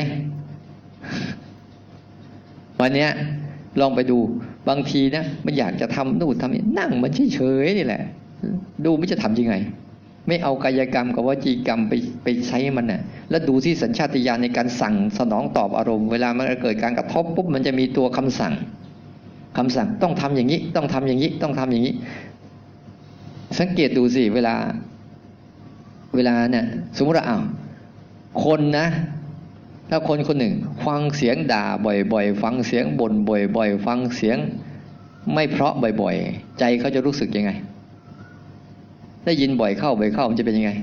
วันนี้ลองไปดูบางทีนะมันอยากจะทำนู่นทำนี่นั่งมันเฉยๆนี่แหละดูไม่จะทำยังไงไม่เอากายกรรมกับวจีกรรมไปใช้มันน่ะแล้วดูที่สัญชาตญาณในการสั่งสนองตอบอารมณ์เวลามันเกิดการกระทบปุ๊บมันจะมีตัวคำสั่งต้องทำอย่างนี้ต้องทำอย่างนี้ต้องทำอย่างนี้สังเกตดูสิเวลาเนี่ยสมมติว่าคนนะถ้าคนหนึ่งฟังเสียงด่าบ่อยๆฟังเสียงบ่นบ่อยๆฟังเสียงไม่เพราะบ่อยๆใจเขาจะรู้สึกยังไงได้ยินบ่อยเข้ามันจะเป็นยังไง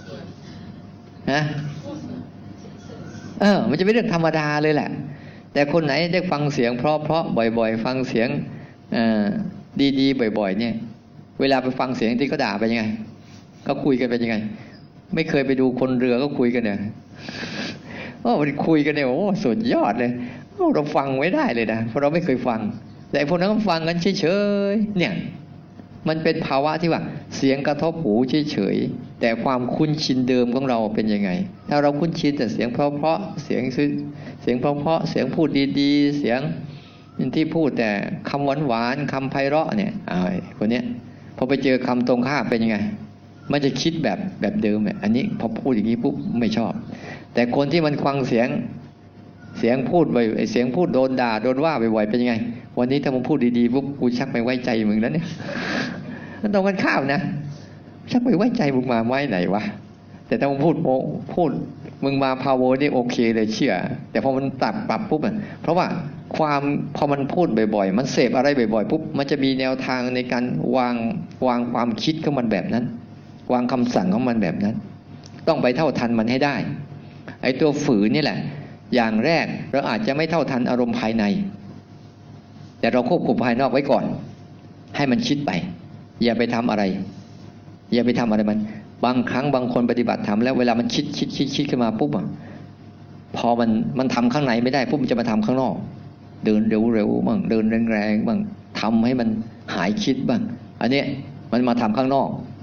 มันจะเป็นเรื่องธรรมดาเลยแหละแต่คนไหนได้ฟังเสียงเพราะบ่อยๆฟังเสียงดีๆบ่อยๆเนี่ยเวลาไปฟังเสียงที่เขาด่าไปยังไงก็คุยกันไปยังไงไม่เคยไปดูคนเรือก็คุยกันเนี่ยมันคุยกันเนี่ยสุดยอดเลยเราฟังไว้ได้เลยนะเพราะเราไม่เคยฟังแต่พวกนั้นก็ฟังกันเฉยๆเนี่ยมันเป็นภาวะที่ว่าเสียงกระทบหูเฉยๆแต่ความคุ้นชินเดิมของเราเป็นยังไงถ้าเราคุ้นชินแต่เสียงเพราะๆเสียงเพราะๆเสียงพูดดีๆเสียงที่พูดแต่คำหวานๆคำไพเราะเนี่ยคนเนี้ยพอไปเจอคำตรงข้ามเป็นยังไงมันจะคิดแบบเดิมอันนี้พอพูดอย่างนี้ปุ๊บไม่ชอบแต่คนที่มันฟังเสียงพูดบ่อยเสียงพูดโดนด่าโดนว่าบ่อยๆเป็นยังไงวันนี้ถ้ามึงพูดดีๆปุ๊บกูชักไม่ไว้ใจมึงแล้วเนี่ยมันตรงกันข้ามนะชักไม่ไว้ใจมึงมาไว้ไหนวะแต่ถ้ามึงพูดมึงมาพาวเวอร์นี่โอเคเลยเชื่อแต่พอมันปรับปุ๊บเพราะว่าพอมันพูดบ่อยๆมันเสพอะไรบ่อยๆปุ๊บมันจะมีแนวทางในการวางความคิดของมันแบบนั้นวางคำสั่งของมันแบบนั้นต้องไปเท่าทันมันให้ได้ไอ้ตัวฝืนนี่แหละอย่างแรกเราอาจจะไม่เท่าทันอารมณ์ภายในแต่เราควบคุมภายนอกไว้ก่อนให้มันคิดไปอย่าไปทำอะไรมันบางครั้งบางคนปฏิบัติธรรมแล้วเวลามันคิดขึ้นมาปุ๊บพอมันทำข้างในไม่ได้ปุ๊บมันจะมาทำข้างนอกเดินเร็วบ้างเดินแรงๆบ้างทำให้มันหายคิดบ้างอันนี้มันมาทำข้างนอก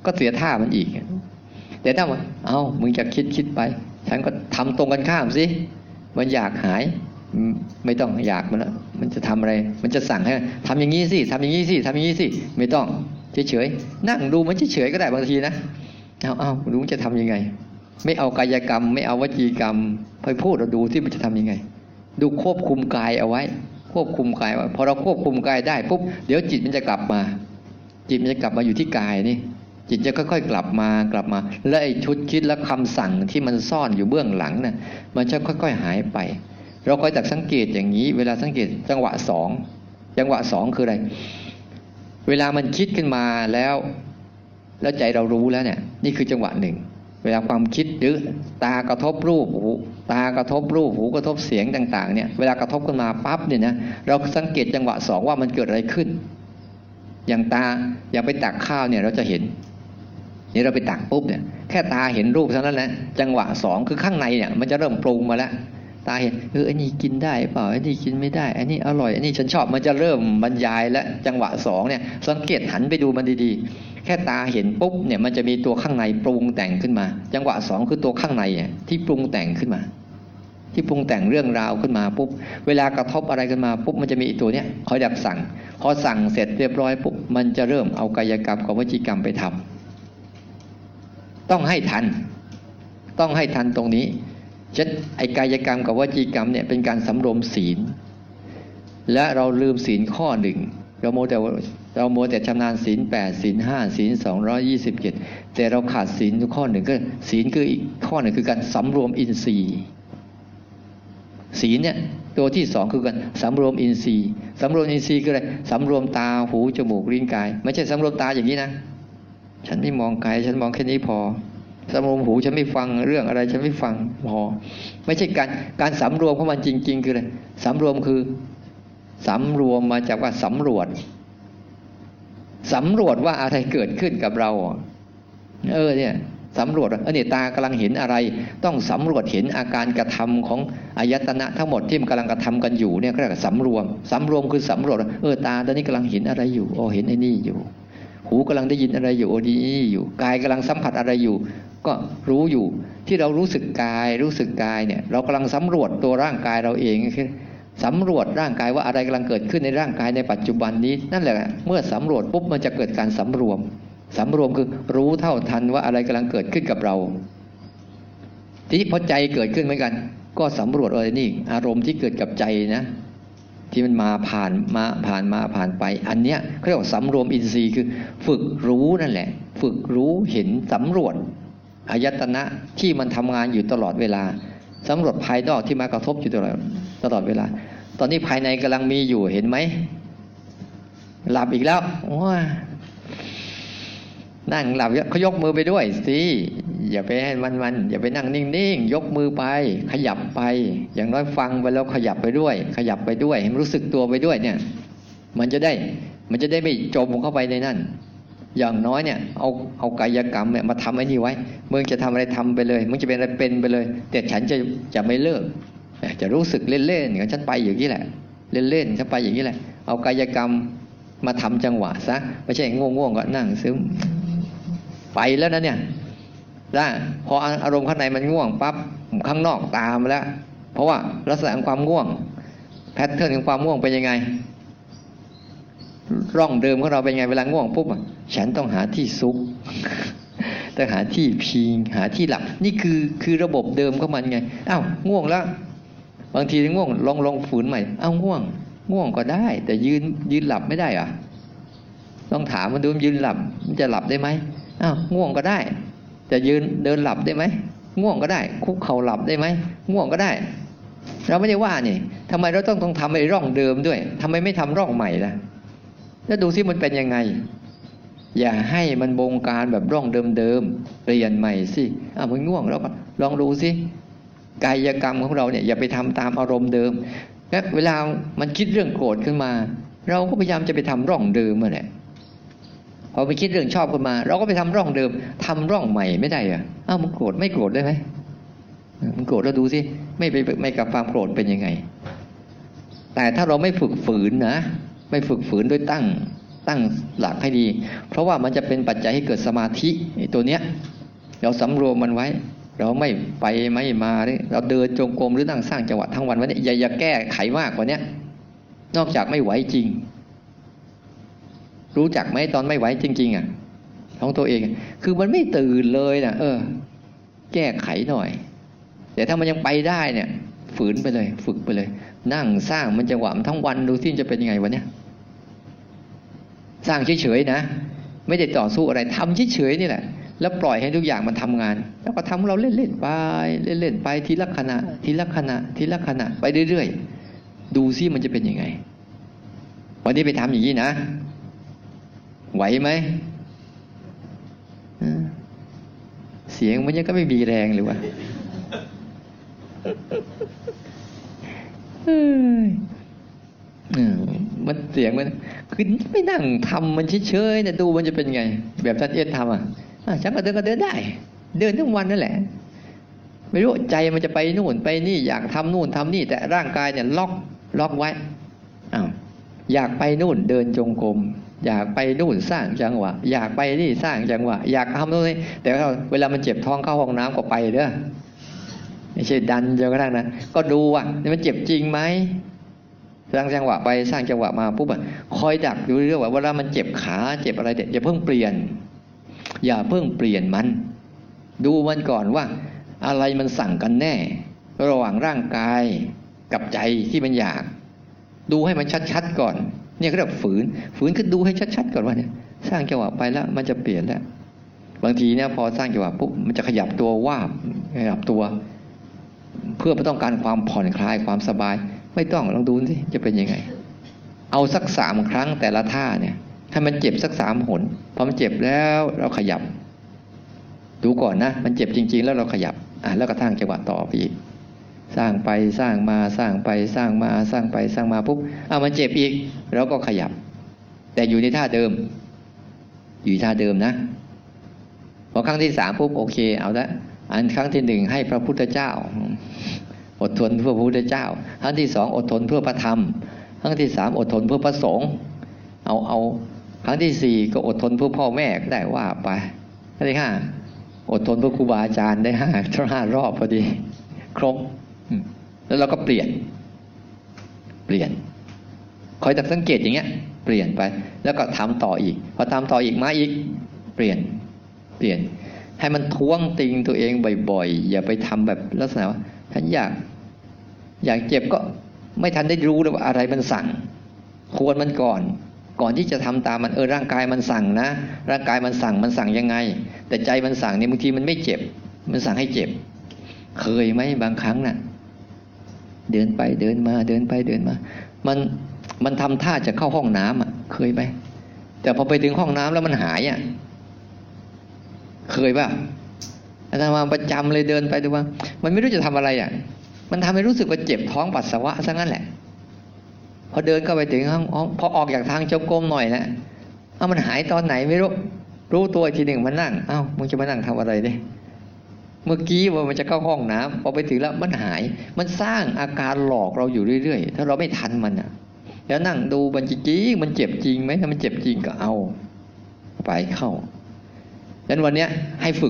ก็เสียท่ามันอีกแต่ถ้าว่ามึงจะคิดไปฉันก็ทำตรงกันข้ามสิมันอยากหายไม่ต้องอยากมันแล้วมันจะทำอะไรมันจะสั่งให้ทำอย่างนี้สิทำอย่างนี้สิทำอย่างนี้สิไม่ต้องเฉยๆนั่งดูมันเฉยๆก็ได้บางทีนะรู้จะทำยังไงไม่เอากายกรรมไม่เอาวจีกรรมไปพูดเราดูที่มันจะทำยังไงดูควบคุมกายเอาไว้ควบคุมกายไว้พอเราควบคุมกายได้ปุ๊บเดี๋ยวจิตมันจะกลับมาจิตมันจะกลับมาอยู่ที่กายนี่จิตจะค่อยๆกลับมาและไอ้ชุดคิดและคำสั่งที่มันซ่อนอยู่เบื้องหลังน่ะมันจะค่อยๆหายไปเราคอยตักสังเกตอย่างนี้เวลาสังเกตจังหวะสองคืออะไรเวลามันคิดขึ้นมาแล้วใจเรารู้แล้วเนี่ยนี่คือจังหวะหนึ่งเวลาความคิดหรือตากระทบรูปหูตากระทบรูปหูกระทบเสียงต่างๆเนี่ยเวลากระทบขึ้นมาปั๊บเนี่ยนะเราสังเกตจังหวะสองว่ามันเกิดอะไรขึ้นอย่างตาอย่างไปตักข้าวเนี่ยเราจะเห็นนี่เราไปตักปุ๊บเนี่ยแค่ตาเห็นรูปเท่านั้นแหละจังหวะสองคือข้างในเนี่ยมันจะเริ่มปรุงมาแล้วตาเห็นอันนี้กินได้เปล่าอันนี้กินไม่ได้อันนี้อร่อยอันนี้ฉันชอบมันจะเริ่มบรรยายแล้วจังหวะสองเนี่ยสังเกตหันไปดูมันดีๆแค่ตาเห็นปุ๊บเนี่ยมันจะมีตัวข้างในปรุงแต่งขึ้นมาจังหวะสองคือตัวข้างในที่ปรุงแต่งขึ้นมาที่ปรุงแต่งเรื่องราวขึ้นมาปุ๊บเวลากระทบอะไรขึ้นมาปุ๊บมันจะมีตัวเนี้ยคอยดักสั่งพอสั่งเสร็จเรียบร้อยปุ๊บมันจะเริ่มเอากายกรรมกับวจีกรรมไปทำต้องให้ทันตรงนี้เช่นไอ้กายกรรมกับวจีกรรมเนี่ยเป็นการสำรวมศีลและเราลืมศีลข้อหนึ่งเราโมแต่ชำนาญศีล8ศีล5ศีล227แต่เราขาดศีลข้อหนึ่งก็ศีลคืออีกข้อหนึ่งคือการสำรวมอินทรีย์ศีลเนี่ยตัวที่สองคือการสำรวมอินทรีย์สำรวมอินทรีย์คืออะไรสำรวมตาหูจมูกลิ้นกายไม่ใช่สำรวมตาอย่างนี้นะฉันไม่มองไกลฉันมองแค่นี้พอสำรวมหูฉันไม่ฟังเรื่องอะไรฉันไม่ฟังพอไม่ใช่การสำรวมของมันจริงๆคืออะไรสำรวมคือสำรวมมาจากว่าสำรวจว่าอะไรเกิดขึ้นกับเราเนี่ยสำรวจเนี่ยตากำลังเห็นอะไรต้องสำรวจเห็นอาการกระทำของอายตนะทั้งหมดที่มันกำลังกระทำกันอยู่เนี่ยก็เรียกว่าสำรวมคือสำรวจตาตอนนี้กำลังเห็นอะไรอยู่เห็นไอ้นี่อยู่หูกำลังได้ยินอะไรอยู่ดีอยู่กายกำลังสัมผัสอะไรอยู่ก็รู้อยู่ที่เรารู้สึกกายเนี่ยเรากำลังสำรวจตัวร่างกายเราเองคือสำรวจร่างกายว่าอะไรกำลังเกิดขึ้นในร่างกายในปัจจุบันนี้นั่นแหละเมื่อสำรวจปุ๊บมันจะเกิดการสำรวมคือรู้เท่าทันว่าอะไรกำลังเกิดขึ้นกับเราทีนี้พอใจเกิดขึ้นเหมือนกันก็สำรวจนี่อารมณ์ที่เกิดกับใจนะที่มันมาผ่านไปอันเนี้ยเขาเรียกว่าสำรวมอินทรีย์คือฝึกรู้นั่นแหละฝึกรู้เห็นสำรวจอายตนะที่มันทำงานอยู่ตลอดเวลาสำรวจภายนอกที่มากระทบอยู่ตลอดเวลาตอนนี้ภายในกำลังมีอยู่เห็นไหมหลับอีกแล้วนั่งหลับเขายกมือไปด้วยสิอย่าไปให้มันอย่าไปนั่งนิ่งๆยกมือไปขยับไปอย่างน้อยฟังไปแล้วขยับไปด้วยให้มันรู้สึกตัวไปด้วยเนี่ยมันจะได้ไม่จมเข้าไปในนั่นอย่างน้อยเนี่ยเอากายกรรมเนี่ยมาทำไอ้นี่ไว้มึงจะทำอะไรทำไปเลยมึงจะเป็นอะไรเป็นไปเลยแต่ฉันจะไม่เลิกจะรู้สึกเล่นๆฉันไปอย่างนี้แหละเล่นๆฉันไปอย่างนี้แหละเอากายกรรมมาทำจังหวะซะไม่ใช่ง่วงก็นั่งซึมไปแล้วนะเนี่ยพออารมณ์ข้างในมันง่วงปั๊บข้างนอกตามแล้วเพราะว่าลักษณะของความง่วงแพทเทิร์นของความง่วงเป็นยังไงร่องเดิมของเราเป็นไงเวลาง่วงปุ๊บฉันต้องหาที่ซุกต้องหาที่พิงหาที่หลับนี่คือระบบเดิมของมันไงง่วงแล้วบางทีง่วงลองฝืนใหม่ง่วงก็ได้แต่ยืนหลับไม่ได้ลองถามมันดูยืนหลับมันจะหลับได้ไหมง่วงก็ได้แต่ยืนเดินหลับได้ไหมง่วงก็ได้คุกเข่าหลับได้ไหมง่วงก็ได้เราไม่ได้ว่านี่ทำไมเราต้องทำไอ้ร่องเดิมด้วยทำไมไม่ทำร่องใหม่ล่ะแล้วดูซิมันเป็นยังไงอย่าให้มันบงการแบบร่องเดิมๆเปลี่ยนใหม่สิมันง่วงแล้วก็ลองดูสิกายกรรมของเราเนี่ยอย่าไปทำตามอารมณ์เดิมแล้วเวลามันคิดเรื่องโกรธขึ้นมาเราก็พยายามจะไปทำร่องเดิมมาแหละพอไปคิดเรื่องชอบขึ้นมาเราก็ไปทำร่องเดิมทำร่องใหม่ไม่ได้มันโกรธไม่โกรธได้ไหมมันโกรธแล้วดูสิไม่กับความโกรธเป็นยังไงแต่ถ้าเราไม่ฝึกฝืนนะไม่ฝึกฝืนโดยตั้งตั้งหลักให้ดีเพราะว่ามันจะเป็นปัจจัยให้เกิดสมาธิตัวเนี้ยเราสำรวมมันไว้เราไม่ไปไม่มาเราเดินจงกรมหรือนั่งสร้างจังหวะทั้งวันวันนี้อย่าแก้ไขมากกว่านี้นอกจากไม่ไหวจริงรู้จักไหมตอนไม่ไหวจริงๆอ่ะของตัวเองคือมันไม่ตื่นเลยนะแก้ไขหน่อยแต่ถ้ามันยังไปได้เนี่ยฝืนไปเลยฝึกไปเลยนั่งสร้างมันจังหวะมันทั้งวันดูที่จะเป็นยังไงวันนี้สร้างเฉยๆนะไม่ได้ต่อสู้อะไรทำเฉยๆนี่แหละแล้วปล่อยให้ทุกอย่างมันทำงานแล้วก็ทำเราเล่นๆไปเล่นๆไปทีละขณะทีละขณะทีละขณะไปเรื่อยๆดูซิมันจะเป็นยังไงวันนี้ไปทำอย่างนี้นะไหวไหมเสียงมันยังก็ไม่มีแรงหรือวะมันเสียงมันคือไม่นั่งทำมันเฉยๆนะดูมันจะเป็นไงแบบท่านเอสทำฉันก็เดินได้เดินทั้งวันนั่นแหละไม่รู้ใจมันจะไปนู่นไปนี่อยากทำนู่นทำนี่แต่ร่างกายเนี่ยล็อกไว้อยากไปนู่นเดินจงกรมอยากไปนู่นสร้างจังหวะอยากไปนี่สร้างจังหวะอยากทำนู่นนี่แต่เวลามันเจ็บท้องเข้าห้องน้ำก็ไปเด้อไม่ใช่ดันจนกระทั่งนั้นก็ดูว่ามันเจ็บจริงไหมสร้างจังหวะไปสร้างจังหวะมาปุ๊บคอยดักดูเรื่องว่าเวลามันเจ็บขาเจ็บอะไรอย่าเพิ่งเปลี่ยนมันดูมันก่อนว่าอะไรมันสั่งกันแน่ระหว่างร่างกายกับใจที่มันอยากดูให้มันชัดๆก่อนเนี่ยก็เรียกฝืนคือดูให้ชัดๆก่อนว่าเนี่ยสร้างจังหวะไปแล้วมันจะเปลี่ยนแล้วบางทีเนี่ยพอสร้างจังหวะปุ๊บมันจะขยับตัววาบขยับตัวเพื่อไม่ต้องการความผ่อนคลายความสบายไม่ต้องลองดูสิจะเป็นยังไงเอาสัก3 ครั้งแต่ละท่าเนี่ยให้มันเจ็บสัก3 หนพอมันเจ็บแล้วเราขยับดูก่อนนะมันเจ็บจริงๆแล้วเราขยับแล้วก็สร้างจังหวะต่อไปอีกสร้างไปสร้างมาสร้างไปสร้างมาสร้างไปสร้างมาปุ๊บมันเจ็บอีกเราก็ขยับแต่อยู่ในท่าเดิมนะพอครั้งที่3ปุ๊บโอเคเอาละครั้งที่1ให้พระพุทธเจ้าอดทนเพื่อพระพุทธเจ้าครั้งที่2อดทนเพื่อพระธรรมครั้งที่3อดทนเพื่อพระสงฆ์เอาครั้งที่4ก็อดทนเพื่อพ่อแม่ก็ได้ว่าไปครั้งที่5อดทนเพื่อครูบาอาจารย์ได้5 รอบพอดีครบแล้วเราก็เปลี่ยนคอยสังเกตอย่างเงี้ยเปลี่ยนไปแล้วก็ทำต่ออีกพอทำต่ออีกมาอีกเปลี่ยนให้มันท้วงติงตัวเองบ่อยๆอย่าไปทำแบบลักษณะว่าฉันอยากเจ็บก็ไม่ทันได้รู้เลยว่าอะไรมันสั่งควรมันก่อนที่จะทำตามมันร่างกายมันสั่งนะร่างกายมันสั่งยังไงแต่ใจมันสั่งเนี่ยบางทีมันไม่เจ็บมันสั่งให้เจ็บเคยไหมบางครั้งน่ะเดินไปเดินมาเดินไปเดินมามันทำท่าจะเข้าห้องน้ำเคยไหมแต่พอไปถึงห้องน้ำแล้วมันหายเคยป่ะอาจารย์มาประจำเลยเดินไปดูว่ามันไม่รู้จะทำอะไรมันทำให้รู้สึกว่าเจ็บท้องปัสสาวะซะงั้นแหละพอเดินเข้าไปถึงห้องพอออกจากทางจงกรมหน่อยนะมันหายตอนไหนไม่รู้ตัวทีหนึ่งมันนั่งมึงจะมานั่งทำอะไรดิเมื่อกี้ว่ามันจะเข้าห้องน้ำพอไปถึงแล้วมันหายมันสร้างอาการหลอกเราอยู่เรื่อยๆถ้าเราไม่ทันมันแล้วนั่งดูมันจริงมันเจ็บจริงไหมถ้ามันเจ็บจริงก็เอาไปเข้าดังนั้นวันนี้ให้ฝึก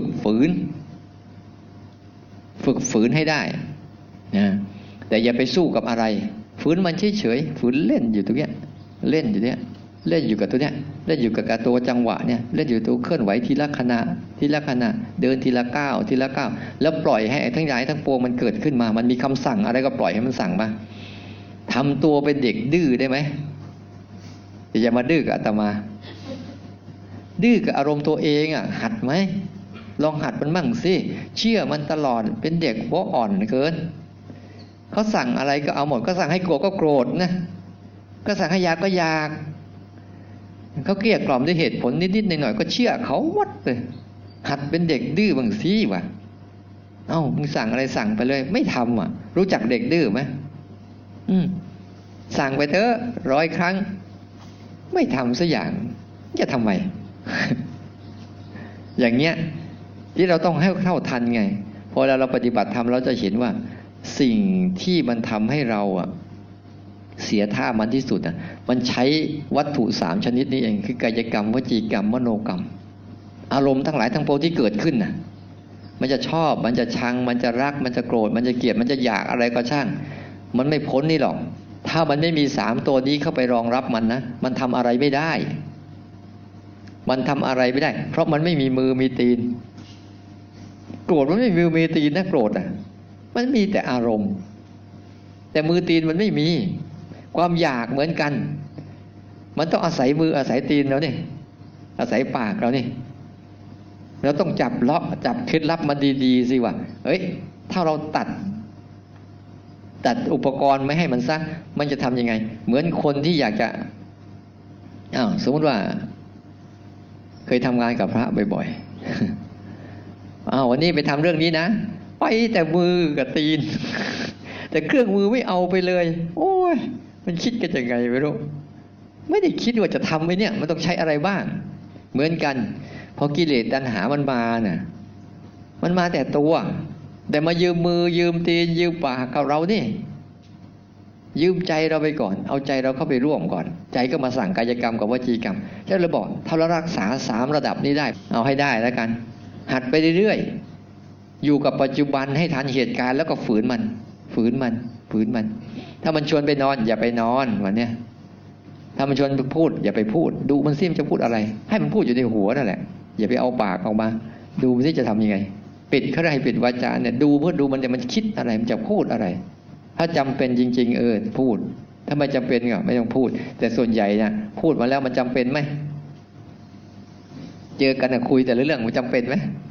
ฝืนให้ได้นะแต่อย่าไปสู้กับอะไรฝืนมันเฉยๆฝืนเล่นอยู่ตรงเนี้ยเล่นอยู่กับตัวเนี้ยเล่นอยู่กับตัวจังหวะเนี่ยเล่นอยู่ตัวเคลื่อนไหวทีละขณะเดินทีละก้าวแล้วปล่อยให้ทั้งหลายทั้งปวงมันเกิดขึ้นมามันมีคำสั่งอะไรก็ปล่อยให้มันสั่งมาทำตัวเป็นเด็กดื้อได้ไหมอย่ามาดื้อกับอาตมาดื้อกับอารมณ์ตัวเองหัดไหมลองหัดมันบ้างสิเชื่อมันตลอดเป็นเด็กหัวอ่อนเกินเขาสั่งอะไรก็เอาหมดก็สั่งให้โกรธก็โกรธนะก็สั่งให้อยากก็อยากเขาเกลี้ยกล่อมด้วยเหตุผลนิดๆหน่อยๆก็เชื่อเขาหมดเลยหัดเป็นเด็กดื้อบ้างสิวะมึงสั่งอะไรสั่งไปเลยไม่ทำรู้จักเด็กดื้อไหมสั่งไปเถอะ100 ครั้งไม่ทำสักอย่างจะทำไม อย่างเงี้ยที่เราต้องให้เท่าทันไงพอเราปฏิบัติธรรมเราจะเห็นว่าสิ่งที่มันทำให้เราเสียท่ามันที่สุดมันใช้วัตถุ3ชนิดนี้เองคือกายกรรมวจีกรรมมโนกรรมอารมณ์ทั้งหลายทั้งปวงที่เกิดขึ้นมันจะชอบมันจะชังมันจะรักมันจะโกรธมันจะเกลียดมันจะอยากอะไรก็ช่างมันไม่พ้นนี่หรอกถ้ามันไม่มี3ตัวนี้เข้าไปรองรับมันนะมันทำอะไรไม่ได้มันทำอะไรไม่ได้เพราะมันไม่มีมือมีตีนโกรธมันไม่มีมือมีตีนนะโกรธมันมีแต่อารมณ์แต่มือตีนมันไม่มีความอยากเหมือนกันมันต้องอาศัยมืออาศัยตีนเราเนี่ยอาศัยปากเราเนี่ยเราต้องจับเลาะจับเคล็ดลับมันดีๆสิว่าเฮ้ยถ้าเราตัดอุปกรณ์ไม่ให้มันซะมันจะทำยังไงเหมือนคนที่อยากจะสมมติว่าเคยทำงานกับพระบ่อยๆวันนี้ไปทำเรื่องนี้นะไปแต่มือกับตีนแต่เครื่องมือไม่เอาไปเลยโอ้ยมันคิดกันยังไงไม่รู้ไม่ได้คิดว่าจะทำไว้เนี่ยมันต้องใช้อะไรบ้างเหมือนกันพอกิเลสตัณหามันมามันมาแต่ตัวแต่มายืมมือยืมตีนยืมปากกับเรานี่ยืมใจเราไปก่อนเอาใจเราเข้าไปร่วมก่อนใจก็มาสั่งกายกรรมกับวจีกรรมฉะนั้นเราบอกถ้าเรารักษา3ระดับนี้ได้เอาให้ได้แล้วกันหัดไปเรื่อยๆอยู่กับปัจจุบันให้ทันเหตุการณ์แล้วก็ฝืนมันถ้ามันชวนไปนอนอย่าไปนอนวันเนี้ยถ้ามันชวนไปพูดอย่าไปพูดดูมันซิมันจะพูดอะไรให้มันพูดอยู่ในหัวนั่นแหละอย่าไปเอาปากออกมาดูมันซิจะทำยังไงปิดเขาได้ปิดวาจาเนี่ยดูเพื่อดูมันจะมันคิดอะไรมันจะพูดอะไรถ้าจำเป็นจริงๆพูดถ้าไม่จำเป็นก็ไม่ต้องพูดแต่ส่วนใหญ่เนี่ยพูดมาแล้วมันจำเป็นไหมเจอกันคุยแต่เรื่องมันจำเป็นไหม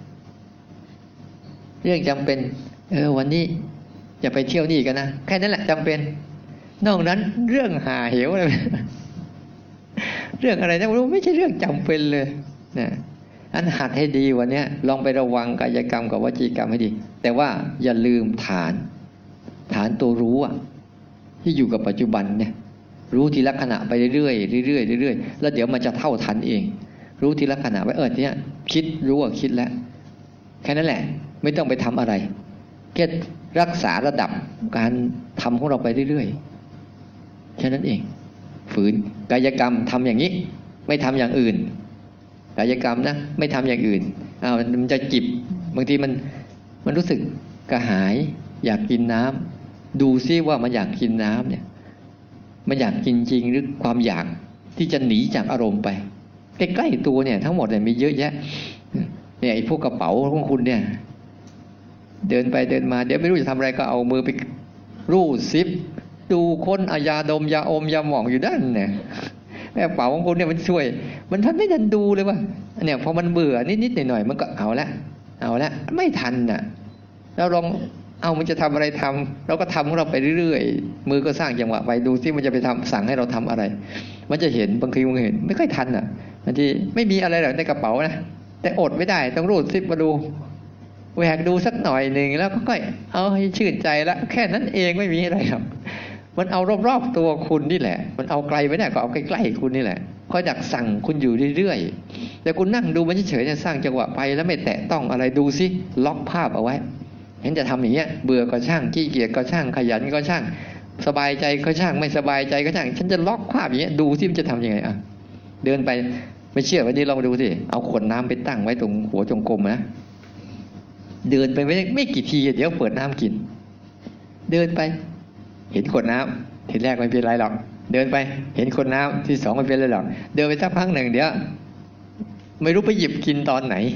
เรื่องจำเป็นวันนี้จะไปเที่ยวนี่กันนะแค่นั้นแหละจำเป็นนอกนั้นเรื่องหาเหวอะไรเรื่องอะไรนะไม่ใช่เรื่องจำเป็นเลยนะอันหัดให้ดีวันนี้ลองไประวังกายกรรมกับวจีกรรมให้ดีแต่ว่าอย่าลืมฐานตัวรู้ที่อยู่กับปัจจุบันเนี่ยรู้ทีละขณะไปเรื่อยๆแล้วเดี๋ยวมันจะเท่าทันเองรู้ทีละขณะไว้เนี่ยคิดรู้ว่าคิดแล้วแค่นั้นแหละไม่ต้องไปทำอะไรแค่รักษาระดับการทำของเราไปเรื่อยๆแค่นั้นเองฝืนกายกรรมทำอย่างนี้ไม่ทำอย่างอื่นกายกรรมนะไม่ทำอย่างอื่นมันจะจิบบางทีมันรู้สึกกระหายอยากกินน้ำดูซิว่ามันอยากกินน้ำเนี่ยมันอยากกินจริงหรือความอยากที่จะหนีจากอารมณ์ไปใกล้ๆตัวเนี่ยทั้งหมดเนี่ยมีเยอะแยะเนี่ยไอ้พวกกระเป๋าของคุณเนี่ยเดินไปเดินมาเดี๋ยวไม่รู้จะทำอะไรก็เอามือไปรูดซิปดูค้นยาดมยาอมยาหม่องอยู่ด้านเนี่ยกระเป๋าของคุณเนี่ยมันช่วยมันทันไม่ทันดูเลยว่าเนี่ยพอมันเบื่อนิดๆหน่อยๆมันก็เอาละไม่ทันน่ะเราลองมันจะทำอะไรทำเราก็ทำของเราไปเรื่อยๆมือก็สร้างจังหวะไปดูซิมันจะไปสั่งให้เราทำอะไรมันจะเห็นบางทีมันเห็นไม่ค่อยทันบางทีไม่มีอะไรหรอกในกระเป๋านะแต่อดไม่ได้ต้องรูดซิปมาดูแหวกดูสักหน่อยหนึ่งแล้วก็ค่อยเอาให้ชื่นใจแล้วแค่นั้นเองไม่มีอะไรหรอกมันเอารอบๆตัวคุณนี่แหละมันเอาไกลไม่ได้ก็เอาใกล้ๆคุณนี่แหละคอยดักสั่งคุณอยู่เรื่อยๆแต่คุณนั่งดูมันเฉยๆเนี่ยสร้างจังหวะไปแล้วไม่แตะต้องอะไรดูซิล็อกภาพเอาไว้เห็นจะทำอย่างเงี้ยเบื่อก็ช่างขี้เกียจก็ช่างขยันก็ช่างสบายใจก็ช่างไม่สบายใจก็ช่างฉันจะล็อกภาพอย่างเงี้ยดูซิมันจะทำยังไงเดินไปไม่เชื่อวันนี้ลองดูสิเอาขวดน้ำไปตั้งไว้ตรงหัวจงกรมนะเดินไปไม่กี่ทีเดี๋ยวเปิดน้ำกินเดินไปเห็นขวดน้ำทีแรกไม่เป็นไรหรอกเดินไปเห็นขวดน้ำที่2ไม่เป็นไรหรอกเดินไปสักพักหนึ่งเดี๋ยวไม่รู้ไปหยิบกินตอนไหน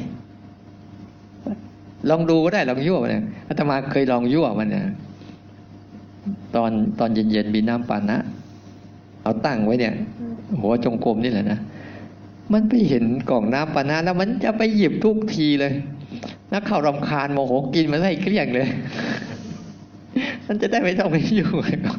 ลองดูก็ได้ลองยั่วมันอาตมาเคยลองยั่วมันนะตอนเย็นๆมีน้ำปานะเอาตั้งไว้เนี่ยหัวจงกรมนี่แหละนะมันไปเห็นกล่องน้ำปานะแล้วมันจะไปหยิบทุกทีเลยนักข่าวรำคาญโมโหกินมันให้เกลี้ยงเลยมันจะได้ไม่ต้องไปยุ่ง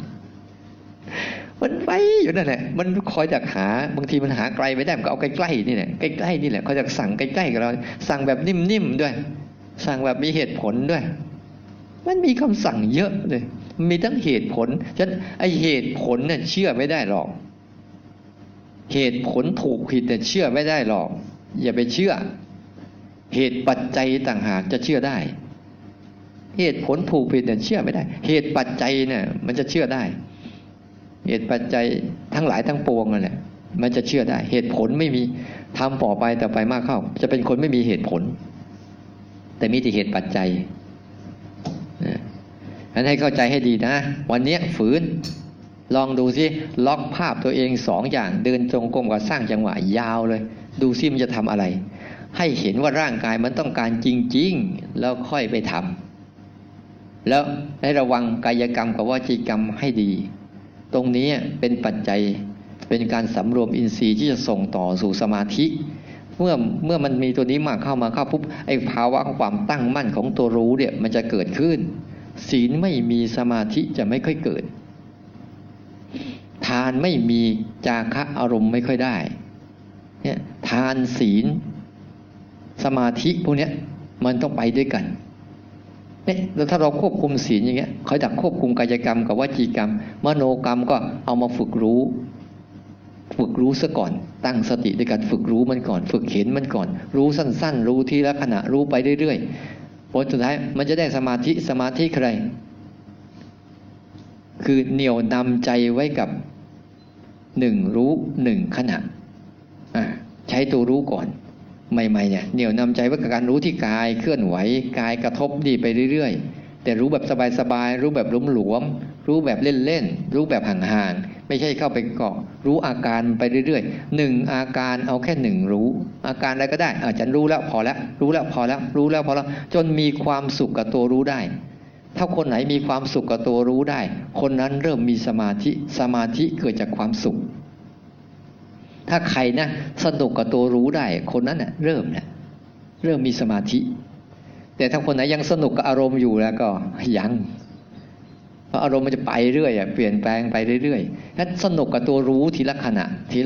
มันไปอยู่นั่นแหละมันคอยดักหาบางทีมันหาไกลไม่ได้มันก็เอาใกล้ๆนี่แหละใกล้ๆนี่แหละคอยดักสั่งใกล้ๆกับเราสั่งแบบนิ่มๆด้วยสั่งแบบมีเหตุผลด้วยมันมีคำสั่งเยอะเลยมีทั้งเหตุผลฉะนั้นไอเหตุผลเนี่ยเชื่อไม่ได้หรอกเหตุผลถูกผิดแต่เชื่อไม่ได้หรอกอย่าไปเชื่อเหตุปัจจัยต่างหากจะเชื่อได้เหตุผลถูกผิดเนี่ยเชื่อไม่ได้เหตุปัจจัยเนี่ยมันจะเชื่อได้เหตุปัจจัยทั้งหลายทั้งปวงนั่นแหละมันจะเชื่อได้เหตุผลไม่มีทำต่อไปมากเข้าจะเป็นคนไม่มีเหตุผลแต่มีแต่เหตุปัจจัยงั้นให้เข้าใจให้ดีนะวันนี้ฝืนลองดูสิล็อกภาพตัวเอง2 อย่างเดินจงกรมกับสร้างจังหวะยาวเลยดูซิมันจะทำอะไรให้เห็นว่าร่างกายมันต้องการจริงๆแล้วค่อยไปทำแล้วให้ระวังกายกรรมกับวจีกรรมให้ดีตรงนี้เป็นปัจจัยเป็นการสำรวมอินทรีย์ที่จะส่งต่อสู่สมาธิเมื่อมันมีตัวนี้มากเข้าปุ๊บไอ้ภาวะของความตั้งมั่นของตัวรู้เนี่ยมันจะเกิดขึ้นศีลไม่มีสมาธิจะไม่ค่อยเกิดทานไม่มีจาคะอารมณ์ไม่ค่อยได้เนี่ยทานศีลสมาธิพวกนี้มันต้องไปด้วยกันเนี่ยแล้วถ้าเราควบคุมศีลอย่างเงี้ยเขาดักควบคุมกายกรรมกับวจีกรรมมโนกรรมก็เอามาฝึกรู้ซะก่อนตั้งสติด้วยการฝึกรู้มันก่อนฝึกเห็นมันก่อนรู้สั้นๆรู้ทีละขณะรู้ไปเรื่อยๆผลสุดท้ายมันจะได้สมาธิใครคือเหนี่ยวนำใจไว้กับ1รู้1ขณะใช้ตัวรู้ก่อนใหม่ๆเนี่ยเหนี่ยวนำใจไว้กับการรู้ที่กายเคลื่อนไหวกายกระทบดีไปเรื่อยๆแต่รู้แบบสบายๆรู้แบบหลวมๆรู้แบบเล่นๆรู้แบบห่างๆไม่ใช่เข้าไปเกาะรู้อาการไปเรื่อยๆ1อาการเอาแค่1รู้อาการอะไรก็ได้ฉันรู้แล้วพอแล้วรู้แล้วพอแล้วรู้แล้วพอแล้วจนมีความสุขกับตัวรู้ได้ถ้าคนไหนมีความสุขกับตัวรู้ได้คนนั้นเริ่มมีสมาธิเกิดจากความสุขถ้าใครนะสนุกกับตัวรู้ได้คนนั้นเริ่มมีสมาธิแต่ถ้าคนไหนยังสนุกกับอารมณ์อยู่แล้วก็ยังเพราะอารมณ์มันจะไปเรื่อยเปลี่ยนแปลงไปเรื่อยๆถ้าสนุกกับตัวรู้ทีละขณะ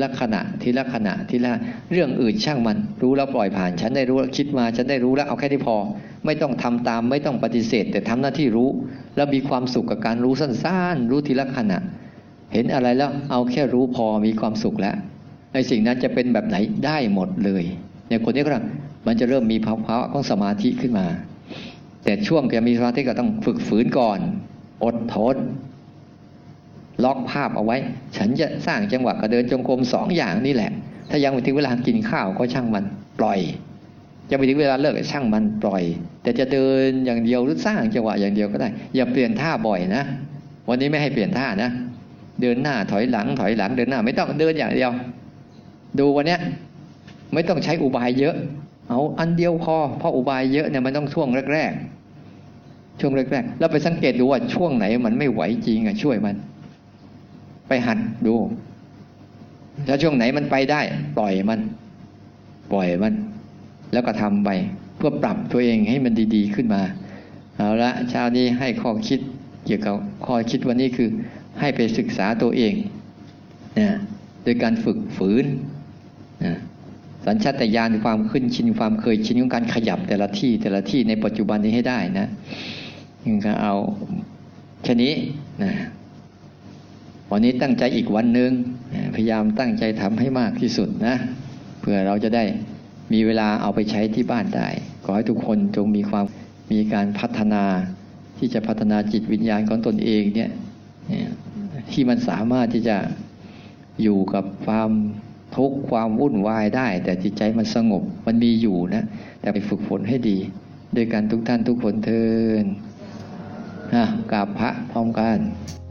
เรื่องอื่นช่างมันรู้แล้วปล่อยผ่านฉันได้รู้แล้วคิดมาฉันได้รู้แล้วเอาแค่นี้พอไม่ต้องทำตามไม่ต้องปฏิเสธแต่ทำหน้าที่รู้แล้วมีความสุขกับการรู้สั้นๆรู้ทีละขณะเห็นอะไรแล้วเอาแค่รู้พอมีความสุขแล้วในสิ่งนั้นจะเป็นแบบไหนได้หมดเลยเนี่ยคนนี้ก็มันจะเริ่มมีภาวะของสมาธิขึ้นมาแต่ช่วงจะมีสมาธิก็ต้องฝึกฝืนก่อนอดทนล็อกภาพเอาไว้ฉันจะสร้างจังหวะกับเดินจงกรม2 อย่างนี่แหละถ้ายังไม่ถึงเวลากินข้าวก็ช่างมันปล่อยจะไปถึงเวลาเลิกช่างมันปล่อยแต่จะเดินอย่างเดียวหรือสร้างจังหวะอย่างเดียวก็ได้อย่าเปลี่ยนท่าบ่อยนะวันนี้ไม่ให้เปลี่ยนท่านะเดินหน้าถอยหลังเดินหน้าไม่ต้องเดินอย่างเดียวดูวันนี้ไม่ต้องใช้อุบายเยอะเอาอันเดียวพอเพราะอุบายเยอะเนี่ยมันต้องช่วงแรกแล้วไปสังเกตดูว่าช่วงไหนมันไม่ไหวจริงช่วยมันไปหัดดูถ้าช่วงไหนมันไปได้ปล่อยมันแล้วก็ทำไปเพื่อปรับตัวเองให้มันดีๆขึ้นมาเอาละเช้านี้ให้ข้อคิดเกี่ยวกับข้อคิดวันนี้คือให้ไปศึกษาตัวเองโดยการฝึกฝืนสัญชาตญาณความขึ้นชินความเคยชินของการขยับแต่ละที่ในปัจจุบันนี้ให้ได้นะก็เอาแค่นี้นะวันนี้ตั้งใจอีกวันหนึ่งพยายามตั้งใจทำให้มากที่สุดนะเพื่อเราจะได้มีเวลาเอาไปใช้ที่บ้านได้ขอให้ทุกคนจงมีการพัฒนาที่จะพัฒนาจิตวิญญาณของตนเองเนี่ยที่มันสามารถที่จะอยู่กับความทุกข์ความวุ่นวายได้แต่จิตใจมันสงบมันมีอยู่นะแต่ไปฝึกฝนให้ดีด้วยกันทุกท่านทุกคนเถิดกราบพระพร้อมกัน